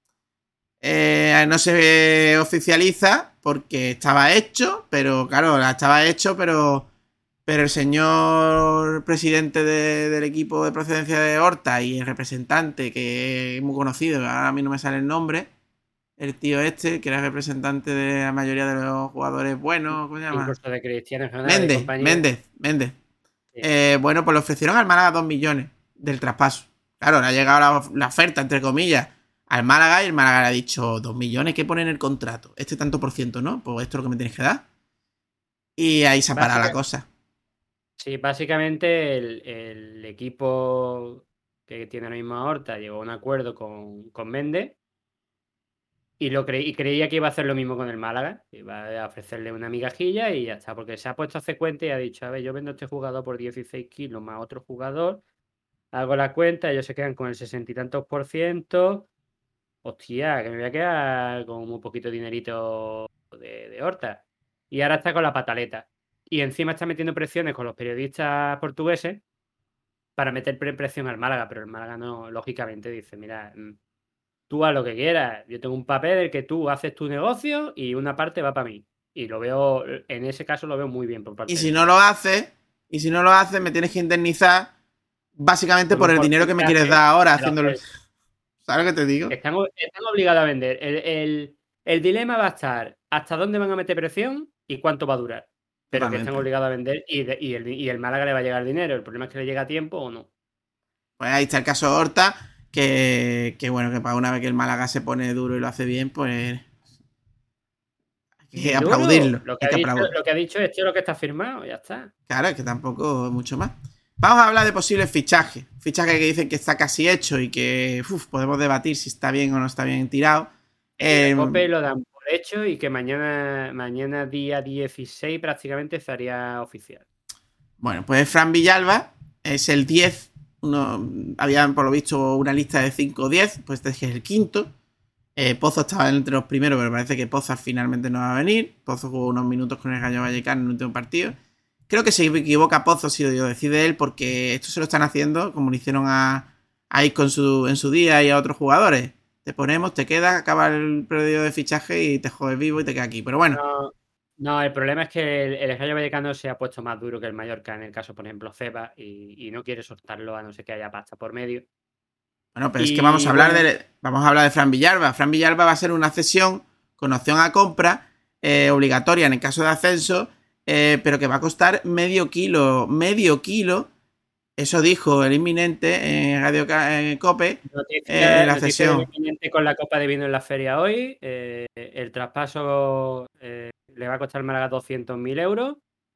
Speaker 3: Eh, no se oficializa porque estaba hecho, pero claro, estaba hecho, pero, pero el señor presidente de, del equipo de procedencia de Horta y el representante, que es muy conocido, ahora a mí no me sale el nombre, el tío este, que era el representante de la mayoría de los jugadores buenos, ¿cómo se llama?
Speaker 4: Incluso de Cristiano Ronaldo.
Speaker 3: Méndez, Méndez, Méndez. Sí. Eh, bueno, pues le ofrecieron al Málaga dos millones del traspaso. Claro, le ha llegado la, la oferta, entre comillas, al Málaga y el Málaga le ha dicho dos millones que pone en el contrato. Este tanto por ciento, ¿no? Pues esto es lo que me tienes que dar. Y ahí se ha parado la cosa.
Speaker 4: Sí, básicamente el, el equipo que tiene ahora mismo a Horta llegó a un acuerdo con, con Méndez y, lo cre y creía que iba a hacer lo mismo con el Málaga. Iba a ofrecerle una migajilla y ya está. Porque se ha puesto a hacer cuenta y ha dicho, a ver, yo vendo a este jugador por dieciséis kilos más otro jugador, hago la cuenta, ellos se quedan con el sesenta y tantos por ciento. Hostia, que me voy a quedar con un poquito de dinerito de, de Horta. Y ahora está con la pataleta. Y encima está metiendo presiones con los periodistas portugueses para meter presión al Málaga. Pero el Málaga no, lógicamente, dice, mira, tú haz lo que quieras. Yo tengo un papel del que tú haces tu negocio y una parte va para mí. Y lo veo, en ese caso lo veo muy bien por parte
Speaker 3: Y si no lo haces, y si no lo haces, me tienes que indemnizar básicamente por, por el dinero que me quieres dar ahora haciéndolo. ¿Sabes lo que te digo?
Speaker 4: Están, están obligados a vender. El, el, el dilema va a estar hasta dónde van a meter presión y cuánto va a durar. Pero Totalmente. Que están obligados a vender y, de, y, el, y el Málaga le va a llegar dinero. El problema es que le llega a tiempo o no.
Speaker 3: Pues ahí está el caso de Horta, que, que bueno, que para una vez que el Málaga se pone duro y lo hace bien, pues hay que
Speaker 4: duro,
Speaker 3: aplaudirlo.
Speaker 4: Lo que,
Speaker 3: hay
Speaker 4: ha
Speaker 3: que
Speaker 4: dicho,
Speaker 3: aplaudirlo.
Speaker 4: lo que ha dicho es lo que está firmado, ya está.
Speaker 3: Claro, es que tampoco es mucho más. Vamos a hablar de posibles fichajes. Fichajes que dicen que está casi hecho y que uf, podemos debatir si está bien o no está bien tirado.
Speaker 4: El eh, Cope lo dan por hecho y que mañana, mañana día dieciséis prácticamente estaría oficial.
Speaker 3: Bueno, pues Fran Villalba es el diez. Uno, habían por lo visto una lista de cinco o diez, pues este es el quinto. Eh, Pozo estaba entre los primeros, pero parece que Pozo finalmente no va a venir. Pozo jugó unos minutos con el Rayo Vallecano en el último partido. Creo que se equivoca Pozo si lo decide él, porque esto se lo están haciendo como lo hicieron a, a Isco en su, en su día y a otros jugadores. Te ponemos, te quedas, acaba el periodo de fichaje y te jodes vivo y te quedas aquí. Pero bueno.
Speaker 4: No, no, el problema es que el, el Rayo Vallecano se ha puesto más duro que el Mallorca, en el caso, por ejemplo, Ceba, y, y no quiere soltarlo a no ser que haya pasta por medio.
Speaker 3: Bueno, pero
Speaker 4: y,
Speaker 3: es que vamos a hablar
Speaker 4: bueno,
Speaker 3: de vamos a hablar de Fran Villalba. Fran Villalba va a ser una cesión con opción a compra eh, obligatoria en el caso de ascenso. Eh, pero que va a costar medio kilo, medio kilo, eso dijo el inminente en Radio eh, Cope,
Speaker 4: noticia,
Speaker 3: eh, la cesión.
Speaker 4: Inminente con la copa de vino en la feria hoy, eh, el traspaso eh, le va a costar Málaga doscientos mil euros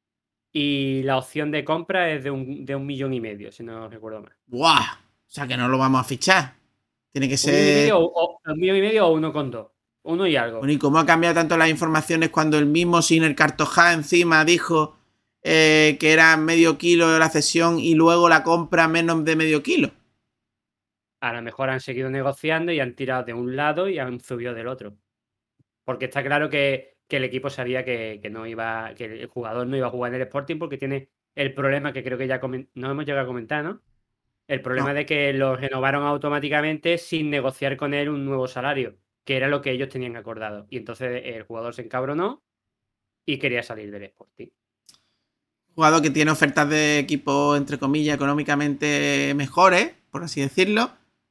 Speaker 4: y la opción de compra es de un, de un millón y medio, si no recuerdo mal.
Speaker 3: ¡Buah! O sea que no lo vamos a fichar. Tiene que ser...
Speaker 4: Un millón y medio o, o, un millón y medio o uno con dos. Uno y algo.
Speaker 3: Bueno, ¿y cómo ha cambiado tanto las informaciones cuando el mismo Siner Cartojá encima dijo eh, que era medio kilo de la cesión y luego la compra menos de medio kilo?
Speaker 4: A lo mejor han seguido negociando y han tirado de un lado y han subido del otro. Porque está claro que, que el equipo sabía que, que no iba, que el jugador no iba a jugar en el Sporting porque tiene el problema que creo que ya no hemos llegado a comentar, ¿no? El problema no. de que lo renovaron automáticamente sin negociar con él un nuevo salario, que era lo que ellos tenían acordado. Y entonces el jugador se encabronó y quería salir del Sporting.
Speaker 3: Jugador que tiene ofertas de equipos, entre comillas, económicamente mejores, por así decirlo.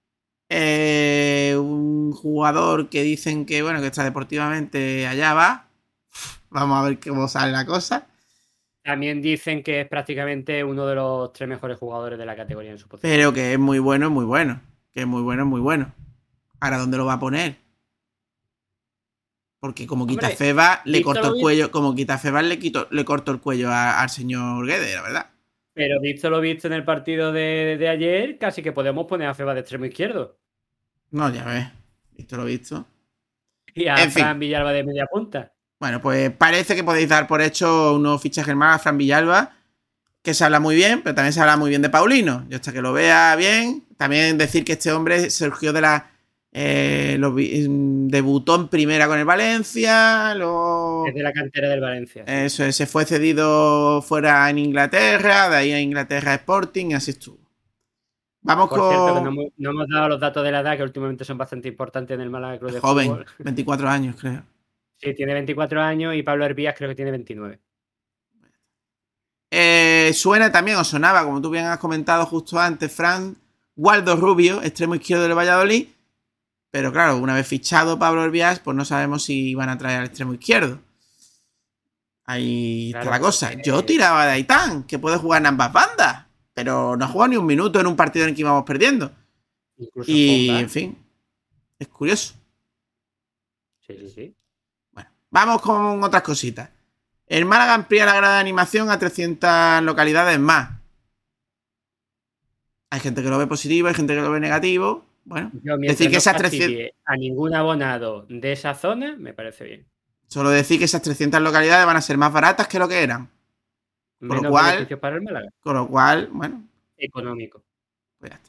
Speaker 3: Eh, un jugador que dicen que, bueno, que está deportivamente allá va. Vamos a ver cómo sale la cosa.
Speaker 4: También dicen que es prácticamente uno de los tres mejores jugadores de la categoría en su posición.
Speaker 3: Pero que es muy bueno, es muy bueno. Que es muy bueno, es muy bueno. Ahora, ¿dónde lo va a poner? Porque como quita Febas, le cortó el cuello. Como quita Febas, le, quito, le cortó el cuello a, al señor Guedes, la verdad.
Speaker 4: Pero visto lo visto en el partido de, de ayer, casi que podemos poner a Febas de extremo izquierdo.
Speaker 3: No, ya ves. Visto lo visto.
Speaker 4: Y a en Fran fin. Villalba de media punta.
Speaker 3: Bueno, pues parece que podéis dar por hecho un nuevo fichaje más a Fran Villalba. que se habla muy bien, pero también se habla muy bien de Paulino. Yo hasta que lo vea bien, también decir que este hombre surgió de la... Eh, lo, debutó en primera con el Valencia, lo...
Speaker 4: Es de la cantera del Valencia. Sí.
Speaker 3: Eso, se fue cedido fuera en Inglaterra, de ahí a Inglaterra Sporting, y así estuvo. Vamos
Speaker 4: Por
Speaker 3: con...
Speaker 4: cierto, que no hemos, no hemos dado los datos de la edad, que últimamente son bastante importantes en el Málaga Club de
Speaker 3: Joven,
Speaker 4: Fútbol.
Speaker 3: veinticuatro años, creo.
Speaker 4: Sí, tiene veinticuatro años y Pablo Hervías creo que tiene veintinueve.
Speaker 3: Eh, suena también, o sonaba, como tú bien has comentado justo antes, Fran, Waldo Rubio, extremo izquierdo del Valladolid. Pero claro, una vez fichado Pablo Hervías, pues no sabemos si van a traer al extremo izquierdo. Ahí
Speaker 4: Claro,
Speaker 3: está la cosa.
Speaker 4: porque-
Speaker 3: Yo tiraba de Aitán, que puede jugar en ambas bandas. Pero no ha jugado ni un minuto en un partido en el que íbamos perdiendo.
Speaker 4: Incluso
Speaker 3: Y,
Speaker 4: Fonda.
Speaker 3: en fin, es curioso.
Speaker 4: Sí, sí, sí.
Speaker 3: Bueno, vamos con otras cositas. El Málaga amplía la grada de animación a trescientas localidades más. Hay gente que lo ve positivo, hay gente que lo ve negativo. Bueno,
Speaker 4: Yo, mientras
Speaker 3: decir que
Speaker 4: no
Speaker 3: esas
Speaker 4: fastidie
Speaker 3: trescientas...
Speaker 4: a ningún abonado de esa zona, me parece bien.
Speaker 3: Solo decir que esas trescientas localidades van a ser más baratas que lo que eran. Con lo
Speaker 4: Menos
Speaker 3: cual-
Speaker 4: beneficios para el Málaga.
Speaker 3: Con lo cual, bueno,
Speaker 4: Económico.
Speaker 3: pues ya está.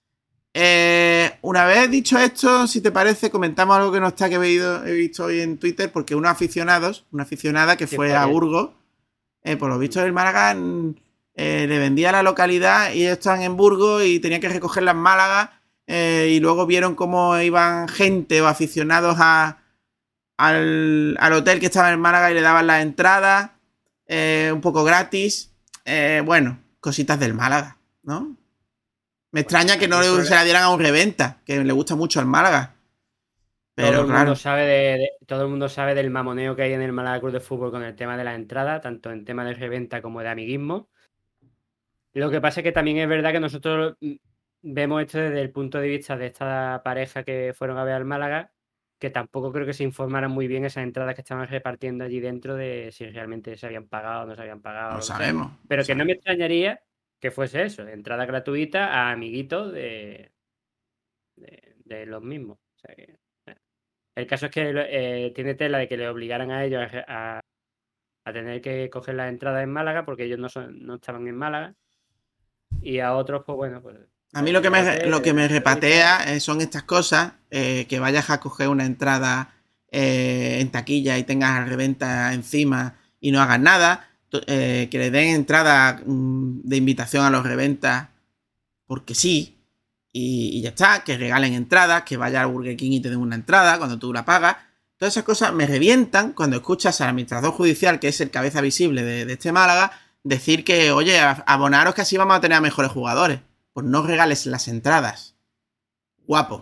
Speaker 3: Eh, una vez dicho esto, si te parece, comentamos algo que no está que he, veído- he visto hoy en Twitter, porque unos aficionados, una aficionada que
Speaker 4: Sí,
Speaker 3: fue
Speaker 4: fue
Speaker 3: a
Speaker 4: bien.
Speaker 3: Burgos, eh, por lo visto el Málaga mm, eh, le vendía la localidad y ellos estaban en Burgos y tenían que recogerla en Málaga, eh, y luego vieron cómo iban gente o aficionados a, al, al hotel que estaba en Málaga y le daban las entradas, eh, un poco gratis. Eh, bueno, cositas del Málaga, ¿no? Me extraña que no le- se la dieran a un reventa, que le gusta mucho al Málaga. Pero
Speaker 4: todo, el
Speaker 3: claro,
Speaker 4: mundo sabe de, de- todo el mundo sabe del mamoneo que hay en el Málaga Club de Fútbol con el tema de la entrada, tanto en tema de reventa como de amiguismo. Lo que pasa es que también es verdad que nosotros mm, vemos esto desde el punto de vista de esta pareja que fueron a ver al Málaga, que tampoco creo que se informaran muy bien esas entradas que estaban repartiendo allí dentro de si realmente se habían pagado o no se habían pagado.
Speaker 3: lo
Speaker 4: lo que sea.
Speaker 3: sabemos.
Speaker 4: Pero
Speaker 3: lo
Speaker 4: que no me
Speaker 3: sabemos.
Speaker 4: extrañaría que fuese eso, entrada gratuita a amiguitos de, de, de los mismos. O sea que, eh. El caso es que eh, tiene tela de que le obligaran a ellos a, a- a tener que coger las entradas en Málaga porque ellos no, son, no estaban en Málaga. Y a otros, pues bueno, pues...
Speaker 3: A mí lo que me,
Speaker 4: hotel,
Speaker 3: lo que me
Speaker 4: eh,
Speaker 3: repatea eh, son estas cosas, eh, que vayas a coger una entrada eh, en taquilla y tengas la reventa encima y no hagas nada, to- eh, que le den entrada mm, de invitación a los reventas porque sí, y, y ya está, que regalen entradas, que vaya al Burger King y te den una entrada cuando tú la pagas. Todas esas cosas me revientan cuando escuchas al administrador judicial, que es el cabeza visible de, de este Málaga, decir que, oye, a- abonaros que así vamos a tener a mejores jugadores. Pues no regales las entradas. Guapo.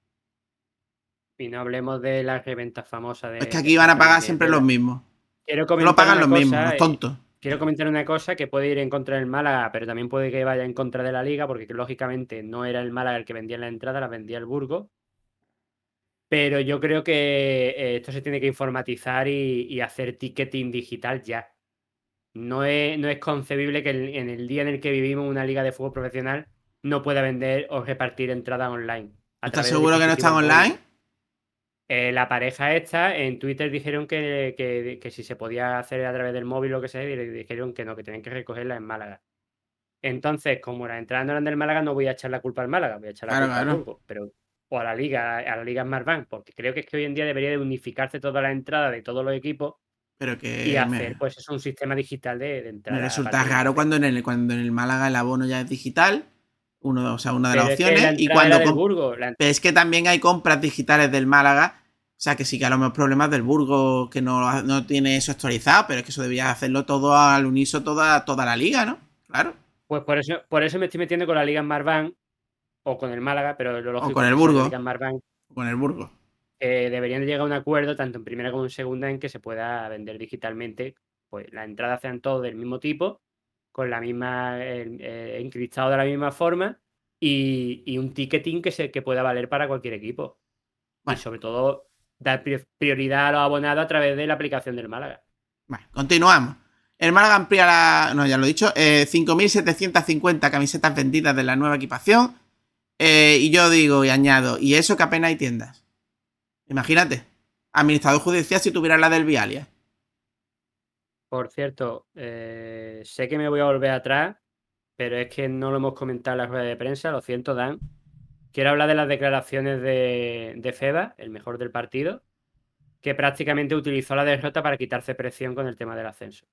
Speaker 4: Y no hablemos de las reventas famosas. De,
Speaker 3: Es que aquí van a pagar
Speaker 4: de-
Speaker 3: siempre
Speaker 4: de-
Speaker 3: los mismos.
Speaker 4: Quiero
Speaker 3: No
Speaker 4: comentar
Speaker 3: lo pagan
Speaker 4: una
Speaker 3: los
Speaker 4: cosa,
Speaker 3: mismos, los
Speaker 4: eh,
Speaker 3: tontos.
Speaker 4: Quiero comentar una cosa que puede ir en contra del Málaga, pero también puede que vaya en contra de la Liga, porque lógicamente no era el Málaga el que vendía la entrada, la vendía el Burgos. Pero yo creo que eh, esto se tiene que informatizar y, y hacer ticketing digital ya. No es, no es concebible que el- en el día en el que vivimos una liga de fútbol profesional no pueda vender o repartir entradas online. a
Speaker 3: ¿Estás
Speaker 4: través de
Speaker 3: seguro que no están
Speaker 4: dispositivos
Speaker 3: online?
Speaker 4: móviles. Eh, la pareja esta en Twitter dijeron que, que- que si se podía hacer a través del móvil o lo que sea, y le dijeron que no, que tenían que recogerla en Málaga. Entonces, como las entradas no eran del Málaga, no voy a echar la culpa al Málaga, voy a echar la
Speaker 3: Claro,
Speaker 4: culpa
Speaker 3: claro.
Speaker 4: al Burgos, pero o a la Liga, a la Liga Smartbank, porque creo que es que hoy en día debería de unificarse toda la entrada de todos los equipos
Speaker 3: Pero que
Speaker 4: y
Speaker 3: me,
Speaker 4: hacer, pues eso, un sistema digital de, de
Speaker 3: me
Speaker 4: entrada.
Speaker 3: resulta
Speaker 4: a partir de
Speaker 3: raro
Speaker 4: entonces.
Speaker 3: cuando en, el, cuando en el Málaga el abono ya es digital. Uno, o sea, una de
Speaker 4: Pero
Speaker 3: las
Speaker 4: es que
Speaker 3: opciones.
Speaker 4: la
Speaker 3: Y
Speaker 4: entrada
Speaker 3: cuando
Speaker 4: era del
Speaker 3: com-
Speaker 4: Burgos, la
Speaker 3: Pero es que también hay compras digitales del Málaga. O sea, que sí que a lo mejor problemas del Burgos que no, no tiene eso actualizado, pero es que eso debía hacerlo todo al uniso toda, toda la liga, ¿no? Claro.
Speaker 4: Pues por eso, por eso me estoy metiendo con la Liga Smartbank o con el Málaga, pero lo lógico
Speaker 3: con el
Speaker 4: es que sea la
Speaker 3: Burgos.
Speaker 4: Liga Smartbank.
Speaker 3: Con el Burgos.
Speaker 4: Eh, deberían de llegar a un acuerdo, tanto en primera como en segunda, en que se pueda vender digitalmente, pues las entradas sean todas del mismo tipo, con la misma, eh, eh, encriptado de la misma forma, y, y un ticketing que, se, que pueda valer para cualquier equipo.
Speaker 3: Bueno.
Speaker 4: Y sobre todo, dar pri- prioridad a los abonados a través de la aplicación del Málaga.
Speaker 3: Vale, continuamos. El Málaga amplía la... No, ya lo he dicho. Eh, cinco mil setecientas cincuenta camisetas vendidas de la nueva equipación. Eh, y yo digo y añado, y eso que apenas hay tiendas. Imagínate. Administrador judicial si tuviera la del Vialia.
Speaker 4: Por cierto, eh, sé que me voy a volver atrás, pero es que no lo hemos comentado en la rueda de prensa, lo siento, Dan. Quiero hablar de las declaraciones de, de Feba, el mejor del partido, que prácticamente utilizó la derrota para quitarse presión con el tema del ascenso.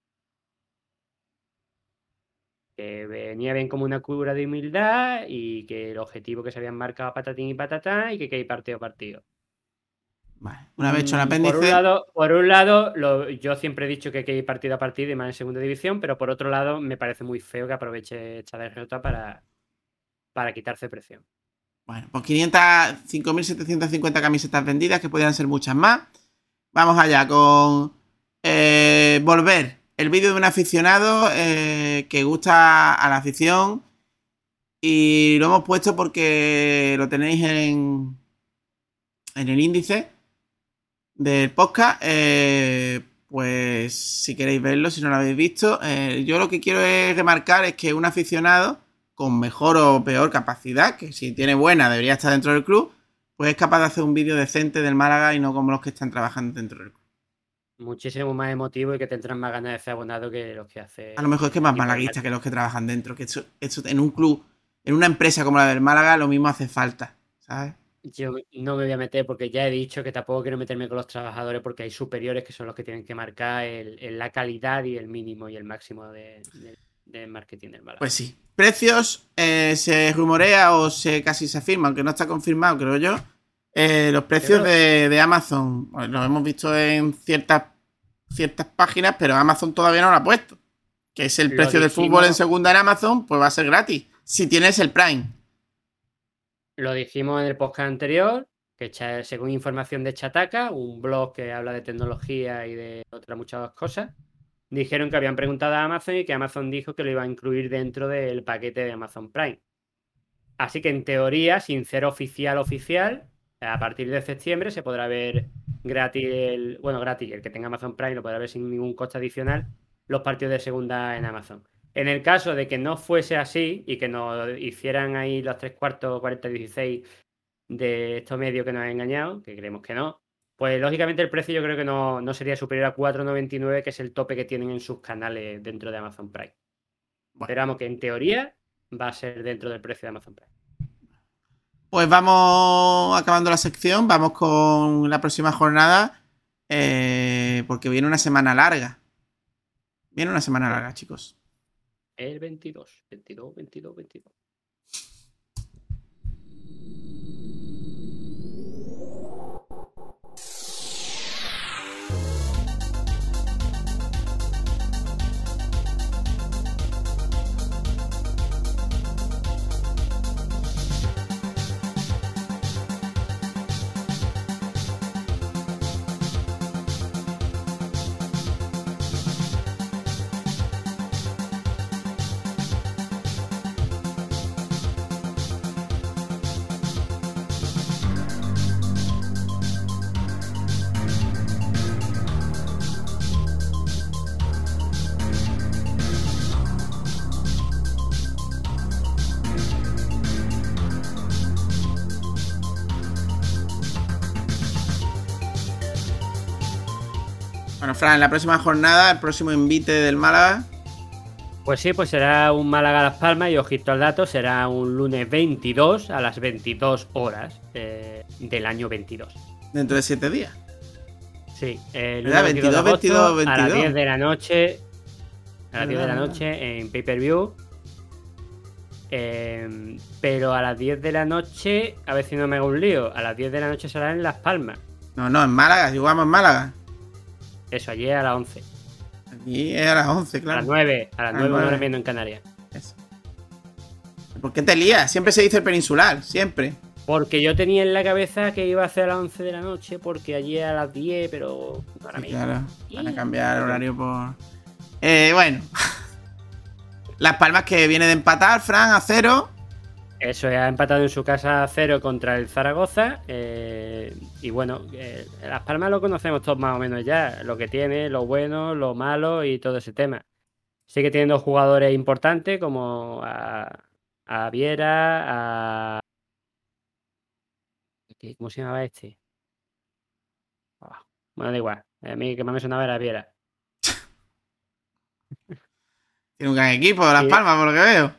Speaker 4: Que venía bien como una cura de humildad y que el objetivo que se habían marcado patatín y patatán y que, que hay partido a partido.
Speaker 3: Vale. Una vez hecho el
Speaker 4: Mm,
Speaker 3: apéndice.
Speaker 4: Por un lado, por un lado lo- yo siempre he dicho que hay que ir partido a partido y más en segunda división, pero por otro lado me parece muy feo que aproveche esta derrota para, para quitarse presión.
Speaker 3: Bueno, pues quinientos, cinco mil setecientas cincuenta camisetas vendidas, que podrían ser muchas más. Vamos allá con eh, volver. El vídeo de un aficionado eh, que gusta a la afición. Y lo hemos puesto porque lo tenéis en, en el índice del podcast. Eh, pues si queréis verlo, si no lo habéis visto. Eh, yo lo que quiero es remarcar es que un aficionado con mejor o peor capacidad, que si tiene buena debería estar dentro del club, pues es capaz de hacer un vídeo decente del Málaga y no como los que están trabajando dentro del club.
Speaker 4: Muchísimo más emotivo y que tendrán más ganas de ser abonado que los que hace.
Speaker 3: A lo mejor es que es más
Speaker 4: equipo
Speaker 3: malaguista
Speaker 4: del
Speaker 3: que los que trabajan dentro, que esto, esto en un club, en una empresa como la del Málaga, lo mismo hace falta, ¿sabes?
Speaker 4: Yo no me voy a meter porque ya he dicho que tampoco quiero meterme con los trabajadores porque hay superiores que son los que tienen que marcar el, el- la calidad y el mínimo y el máximo de, de- del marketing del Málaga.
Speaker 3: Pues sí. Precios, eh, se rumorea o se casi se afirma, aunque no está confirmado, creo yo. eh, los precios de, de Amazon. Bueno, los hemos visto en ciertas, ciertas páginas, pero Amazon todavía no lo ha puesto. Que es el
Speaker 4: Lo
Speaker 3: precio del
Speaker 4: dijimos-
Speaker 3: fútbol en segunda en Amazon, pues va a ser gratis. Si tienes el Prime.
Speaker 4: Lo dijimos en el podcast anterior, que cha- según información de Chataca, un blog que habla de tecnología y de otras muchas cosas, dijeron que habían preguntado a Amazon y que Amazon dijo que lo iba a incluir dentro del paquete de Amazon Prime. Así que en teoría, sin ser oficial oficial, a partir de septiembre se podrá ver gratis, el, bueno, gratis, el que tenga Amazon Prime lo podrá ver sin ningún coste adicional, los partidos de segunda en Amazon. En el caso de que no fuese así y que nos hicieran ahí los tres cuartos, cuarenta dieciséis de estos medios que nos han engañado, que creemos que no, pues lógicamente el precio yo creo que no, no sería superior a cuatro noventa y nueve, que es el tope que tienen en sus canales dentro de Amazon Prime.
Speaker 3: Bueno.
Speaker 4: Pero vamos, que en teoría va a ser dentro del precio de Amazon Prime.
Speaker 3: Pues vamos acabando la sección, vamos con la próxima jornada, eh, porque viene una semana larga. Viene una semana larga, chicos.
Speaker 4: El veintidós, veintidós, veintidós, veintidós.
Speaker 3: Bueno, Fran, en la próxima jornada, el próximo invite del Málaga.
Speaker 4: Pues sí, pues será un Málaga Las Palmas y ojito al dato, será un lunes veintidós a las veintidós horas eh, del año veintidós.
Speaker 3: Dentro de siete días.
Speaker 4: Sí, el
Speaker 3: ¿Verdad?
Speaker 4: lunes veintidós de agosto,
Speaker 3: veintidós,
Speaker 4: a las
Speaker 3: veintidós.
Speaker 4: diez de la noche, a las diez de la
Speaker 3: ¿Verdad?
Speaker 4: noche en pay-per-view. Eh, pero a las diez de la noche, a ver si no me hago un lío, a las diez de la noche será en Las Palmas.
Speaker 3: No, no, en Málaga, si jugamos en Málaga.
Speaker 4: Eso, allí a las once.
Speaker 3: Aquí es a las once,
Speaker 4: A
Speaker 3: claro.
Speaker 4: las nueve, a las
Speaker 3: A las
Speaker 4: nueve, una hora
Speaker 3: nueve.
Speaker 4: menos en Canarias.
Speaker 3: Eso. ¿Por qué te lías? Siempre se dice el peninsular, siempre.
Speaker 4: Porque yo tenía en la cabeza que iba a ser a las once de la noche, porque allí a las diez, pero ahora
Speaker 3: Sí,
Speaker 4: mismo.
Speaker 3: claro, van a cambiar el horario por... Eh, bueno. Las Palmas, que viene de empatar, Fran, a cero.
Speaker 4: Eso, ha empatado en su casa a cero contra el Zaragoza. eh, y bueno, eh, Las Palmas lo conocemos todos más o menos ya. Lo que tiene, lo bueno, lo malo y todo ese tema. Sigue teniendo jugadores importantes como a, a Viera, a... ¿Cómo se llamaba este? Ah, bueno, da igual. A mí que más me sonaba era Viera.
Speaker 3: Tiene un gran equipo, Las
Speaker 4: Sí.
Speaker 3: Palmas, por lo que veo.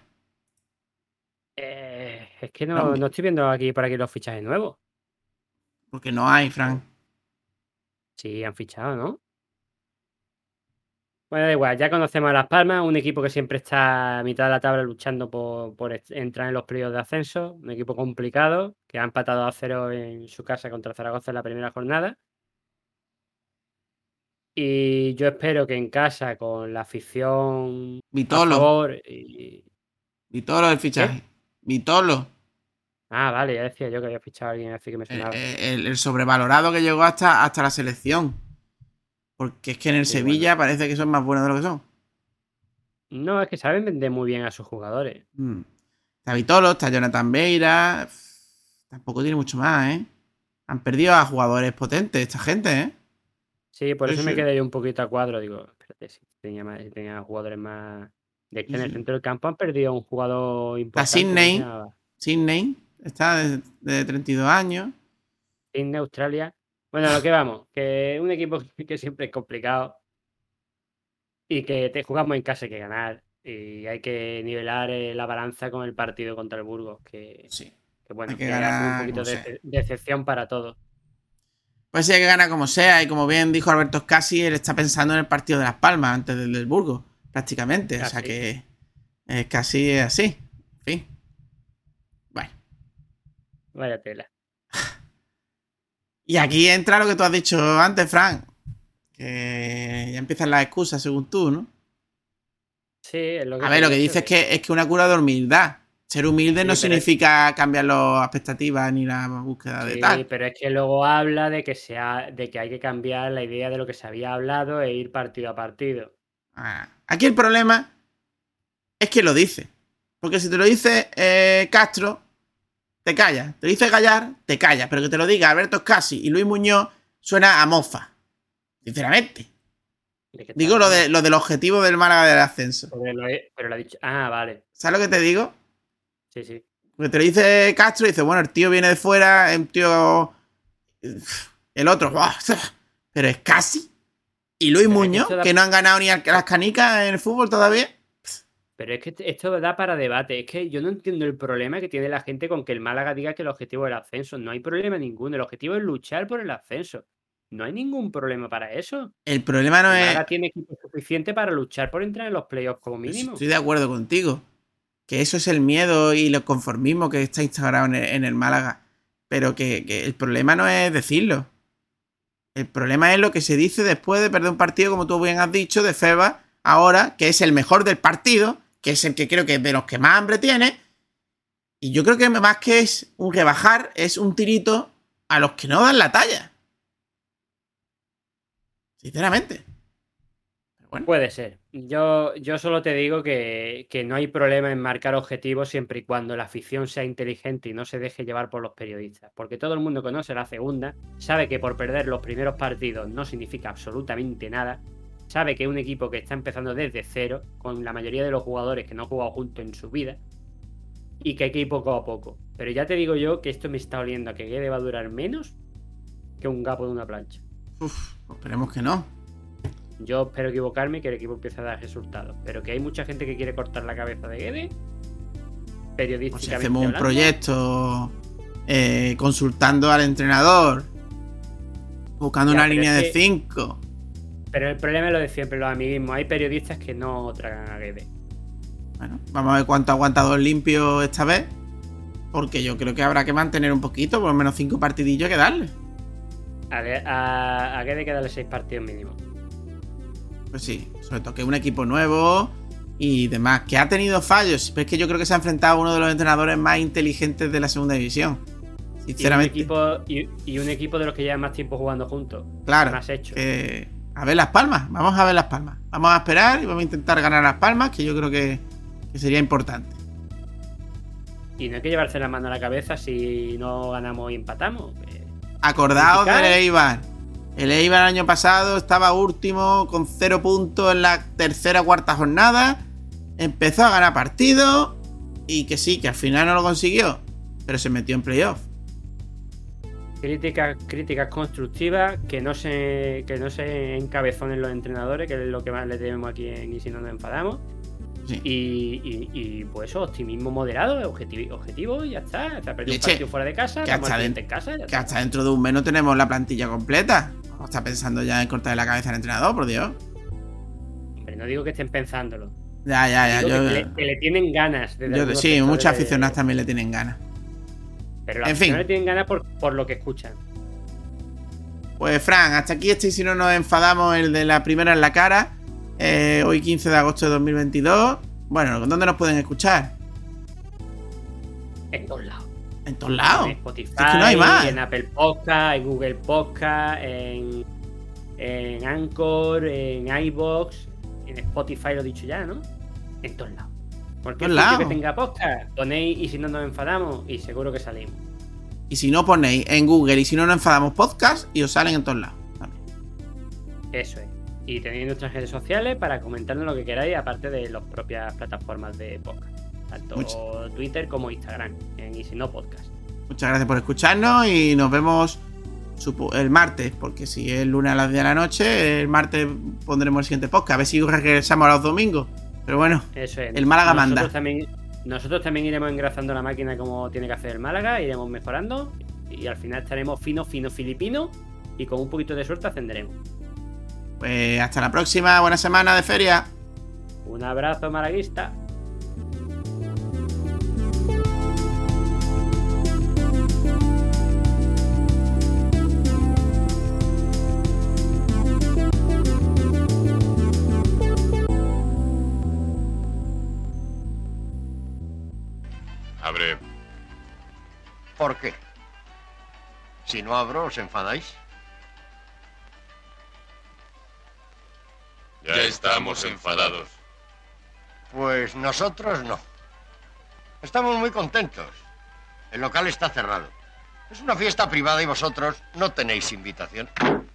Speaker 4: Eh, es que no,
Speaker 3: No.
Speaker 4: no estoy viendo aquí por aquí los fichajes nuevos.
Speaker 3: Porque no hay, Fran.
Speaker 4: Sí, han fichado, ¿no? Bueno, da igual, ya conocemos a Las Palmas, un equipo que siempre está a mitad de la tabla luchando por, por est- entrar en los periodos de ascenso, un equipo complicado, que ha empatado a cero en su casa contra Zaragoza en la primera jornada. Y yo espero que en casa, con la afición a
Speaker 3: Vitolo.
Speaker 4: favor y...
Speaker 3: Vitolo el fichaje. Vitolo.
Speaker 4: Ah, vale, ya decía yo que había fichado a alguien así que me
Speaker 3: El,
Speaker 4: sonaba.
Speaker 3: el- el sobrevalorado que llegó hasta, hasta la selección. Porque es que en el
Speaker 4: Sí,
Speaker 3: Sevilla parece que son más buenos de lo que son.
Speaker 4: No, es que saben vender muy bien a sus jugadores.
Speaker 3: Mm. Está Vitolo, está Jonathan Beira. Pff, Tampoco tiene mucho más, ¿eh? Han perdido a jugadores potentes esta gente, ¿eh?
Speaker 4: Sí, por
Speaker 3: Sí,
Speaker 4: eso me
Speaker 3: sí.
Speaker 4: quedé yo un poquito a cuadro. Digo, espérate, si tenía, más, si tenía jugadores más. De que en el
Speaker 3: Sí.
Speaker 4: centro del campo han perdido a un jugador
Speaker 3: Está
Speaker 4: importante. ¿cómo se
Speaker 3: Sydney.
Speaker 4: llamaba?
Speaker 3: Sydney. Está de, de treinta y dos años.
Speaker 4: Sydney, Australia. Bueno, a lo que vamos, que es un equipo que siempre es complicado y que te jugamos en casa hay que ganar y hay que nivelar eh, la balanza con el partido contra el Burgos, que,
Speaker 3: Sí.
Speaker 4: que bueno,
Speaker 3: Hay que
Speaker 4: que ha sido un
Speaker 3: ganar
Speaker 4: poquito
Speaker 3: como
Speaker 4: de,
Speaker 3: sea.
Speaker 4: de decepción para todos.
Speaker 3: Pues sí, hay que ganar como sea. Y como bien dijo Alberto Scassi, él está pensando en el partido de Las Palmas antes del del Burgos, prácticamente. O sea
Speaker 4: Así.
Speaker 3: que es casi así. En fin. Bueno.
Speaker 4: Vaya tela.
Speaker 3: Y aquí entra lo que tú has dicho antes, Frank. Que ya empiezan las excusas, según tú, ¿no?
Speaker 4: Sí, es lo que
Speaker 3: A
Speaker 4: te
Speaker 3: ver,
Speaker 4: he
Speaker 3: lo que
Speaker 4: dicho,
Speaker 3: dices es que es que una cura de humildad. Ser humilde
Speaker 4: Sí,
Speaker 3: no
Speaker 4: pero-
Speaker 3: significa cambiar las expectativas ni la búsqueda de
Speaker 4: Sí,
Speaker 3: tal.
Speaker 4: pero es que luego habla de que, se ha- de que hay que cambiar la idea de lo que se había hablado e ir partido a partido.
Speaker 3: Ah, Aquí el problema es que lo dice. Porque si te lo dice eh, Castro, te calla. Te lo dice Gallar, te calla. Pero que te lo diga Alberto Scassi y Luis Muñoz suena a mofa. Sinceramente.
Speaker 4: ¿De qué
Speaker 3: Digo
Speaker 4: estamos
Speaker 3: lo, de,
Speaker 4: hablando?
Speaker 3: lo del objetivo del Málaga del ascenso.
Speaker 4: Pero lo, he- pero lo ha dicho. Ah, vale.
Speaker 3: ¿Sabes lo que te digo?
Speaker 4: Sí, sí.
Speaker 3: Porque te lo dice Castro y dice, bueno, el tío viene de fuera, es un tío... El otro, ¡buah! Pero es casi. Y Luis
Speaker 4: Pero es que
Speaker 3: Muñoz,
Speaker 4: esto da-
Speaker 3: que no han ganado ni a las canicas en el fútbol todavía.
Speaker 4: Pero es que esto da para debate. Es que yo no entiendo el problema que tiene la gente con que el Málaga diga que el objetivo es el ascenso. No hay problema ninguno. El objetivo es luchar por el ascenso. No hay ningún problema para eso.
Speaker 3: El problema no
Speaker 4: El
Speaker 3: es...
Speaker 4: Málaga tiene equipo suficiente para luchar por entrar en los playoffs como mínimo.
Speaker 3: Estoy de acuerdo contigo. Que eso es el miedo y el conformismo que está instaurado en el, en el Málaga. Pero que, que el problema no es decirlo. El problema es lo que se dice después de perder un partido, como tú bien has dicho, de Feba, ahora, que es el mejor del partido, que es el que creo que es de los que más hambre tiene. Y yo creo que más que es un rebajar, es un tirito a los que no dan la talla. Sinceramente. Pero bueno.
Speaker 4: Puede ser. Yo, yo solo te digo que, que no hay problema en marcar objetivos siempre y cuando la afición sea inteligente y no se deje llevar por los periodistas. Porque todo el mundo conoce la segunda, sabe que por perder los primeros partidos no significa absolutamente nada, sabe que es un equipo que está empezando desde cero, con la mayoría de los jugadores que no han jugado juntos en su vida, y que hay que ir poco a poco. Pero ya te digo yo que esto me está oliendo a que Guede va a durar menos que un gapo de una plancha.
Speaker 3: Uf, esperemos que no.
Speaker 4: Yo espero equivocarme y que el equipo empiece a dar resultados. Pero que hay mucha gente que quiere cortar la cabeza de Guede.
Speaker 3: O
Speaker 4: Periodísticamente
Speaker 3: si hacemos un
Speaker 4: hablando.
Speaker 3: proyecto eh, consultando al entrenador, buscando
Speaker 4: Ya,
Speaker 3: una
Speaker 4: pero
Speaker 3: línea
Speaker 4: es
Speaker 3: de
Speaker 4: que-
Speaker 3: cinco.
Speaker 4: Pero el problema es lo de siempre, los amiguismos. Hay periodistas que no tragan a Guede.
Speaker 3: Bueno, vamos a ver cuánto ha aguantado el limpio esta vez. Porque yo creo que habrá que mantener un poquito, por lo menos cinco partidillos que darle.
Speaker 4: A, Gue- a, a Guede hay que darle seis partidos mínimo.
Speaker 3: Pues sí, sobre todo que es un equipo nuevo y demás. Que ha tenido fallos, pero es que yo creo que se ha enfrentado a uno de los entrenadores más inteligentes de la segunda división.
Speaker 4: Y un,
Speaker 3: Sinceramente.
Speaker 4: equipo, y, y un equipo de los que llevan más tiempo jugando juntos.
Speaker 3: Claro.
Speaker 4: Más hecho.
Speaker 3: Que... A ver las palmas, vamos a ver las palmas. Vamos a esperar y vamos a intentar ganar las palmas, que yo creo que, que sería importante.
Speaker 4: Y no hay que llevarse la mano a la cabeza si no ganamos y empatamos. Eh,
Speaker 3: Acordaos
Speaker 4: criticar.
Speaker 3: del Eibar. El Eibar el año pasado estaba último con cero puntos en la tercera cuarta jornada. Empezó a ganar partidos. Y que sí, que al final no lo consiguió. Pero se metió en playoff.
Speaker 4: Críticas, críticas constructivas, que no se que no se encabezonen los entrenadores, que es lo que más le tenemos aquí en Y si no nos enfadamos.
Speaker 3: Sí.
Speaker 4: Y, y, y, pues eso, optimismo moderado, objetivo, objetivo y ya está. Se ha perdido un
Speaker 3: Leche,
Speaker 4: partido fuera de casa,
Speaker 3: que
Speaker 4: estamos
Speaker 3: hasta,
Speaker 4: al
Speaker 3: den-
Speaker 4: siguiente en casa. Ya
Speaker 3: que
Speaker 4: está.
Speaker 3: hasta dentro de un mes no tenemos la plantilla completa. Vamos a estar pensando ya en cortarle la cabeza al entrenador, por Dios.
Speaker 4: Hombre, no digo que estén pensándolo.
Speaker 3: Ya, ya, ya.
Speaker 4: Digo
Speaker 3: Yo,
Speaker 4: que, le, que le tienen ganas. desde
Speaker 3: yo-
Speaker 4: algunos
Speaker 3: sí,
Speaker 4: sectores
Speaker 3: muchos
Speaker 4: de-
Speaker 3: aficionados también le tienen ganas.
Speaker 4: Pero los
Speaker 3: En fin.
Speaker 4: aficionados le tienen ganas por, por lo que escuchan.
Speaker 3: Pues, Fran, hasta aquí este, y si no nos enfadamos, el de la primera en la cara. Eh, hoy quince de agosto de dos mil veintidós. Bueno, ¿dónde nos pueden escuchar?
Speaker 4: En todos lados.
Speaker 3: En todos lados.
Speaker 4: En Spotify,
Speaker 3: Es que no hay más.
Speaker 4: en Apple Podcast, en Google Podcast, en, en Anchor, en iVoox, en Spotify, lo he dicho ya, ¿no? En todos lados. Cualquier
Speaker 3: Todos
Speaker 4: sitio que
Speaker 3: lados.
Speaker 4: tenga podcast, ponéis y si no nos enfadamos y seguro que salimos.
Speaker 3: Y si no ponéis en Google y si no nos enfadamos podcast y os salen en todos lados. También.
Speaker 4: Eso es. Y tenéis nuestras redes sociales para comentarnos lo que queráis, aparte de las propias plataformas de podcast. Tanto
Speaker 3: Mucho.
Speaker 4: Twitter como Instagram, en Y si no podcast.
Speaker 3: Muchas gracias por escucharnos y nos vemos supo- el martes, porque si es el lunes a las diez de la noche, el martes pondremos el siguiente podcast. A ver si regresamos a los domingos. Pero bueno,
Speaker 4: Eso es.
Speaker 3: el Málaga
Speaker 4: nosotros
Speaker 3: manda.
Speaker 4: También, nosotros también iremos engrasando la máquina como tiene que hacer el Málaga, iremos mejorando y al final estaremos fino, fino, filipino y con un poquito de suerte ascenderemos.
Speaker 3: Pues hasta la próxima, buena semana de feria.
Speaker 4: Un abrazo malaguista.
Speaker 1: Abre.
Speaker 11: ¿Por qué? Si no abro, ¿os enfadáis?
Speaker 1: Ya estamos enfadados.
Speaker 11: Pues nosotros no. Estamos muy contentos. El local está cerrado. Es una fiesta privada y vosotros no tenéis invitación.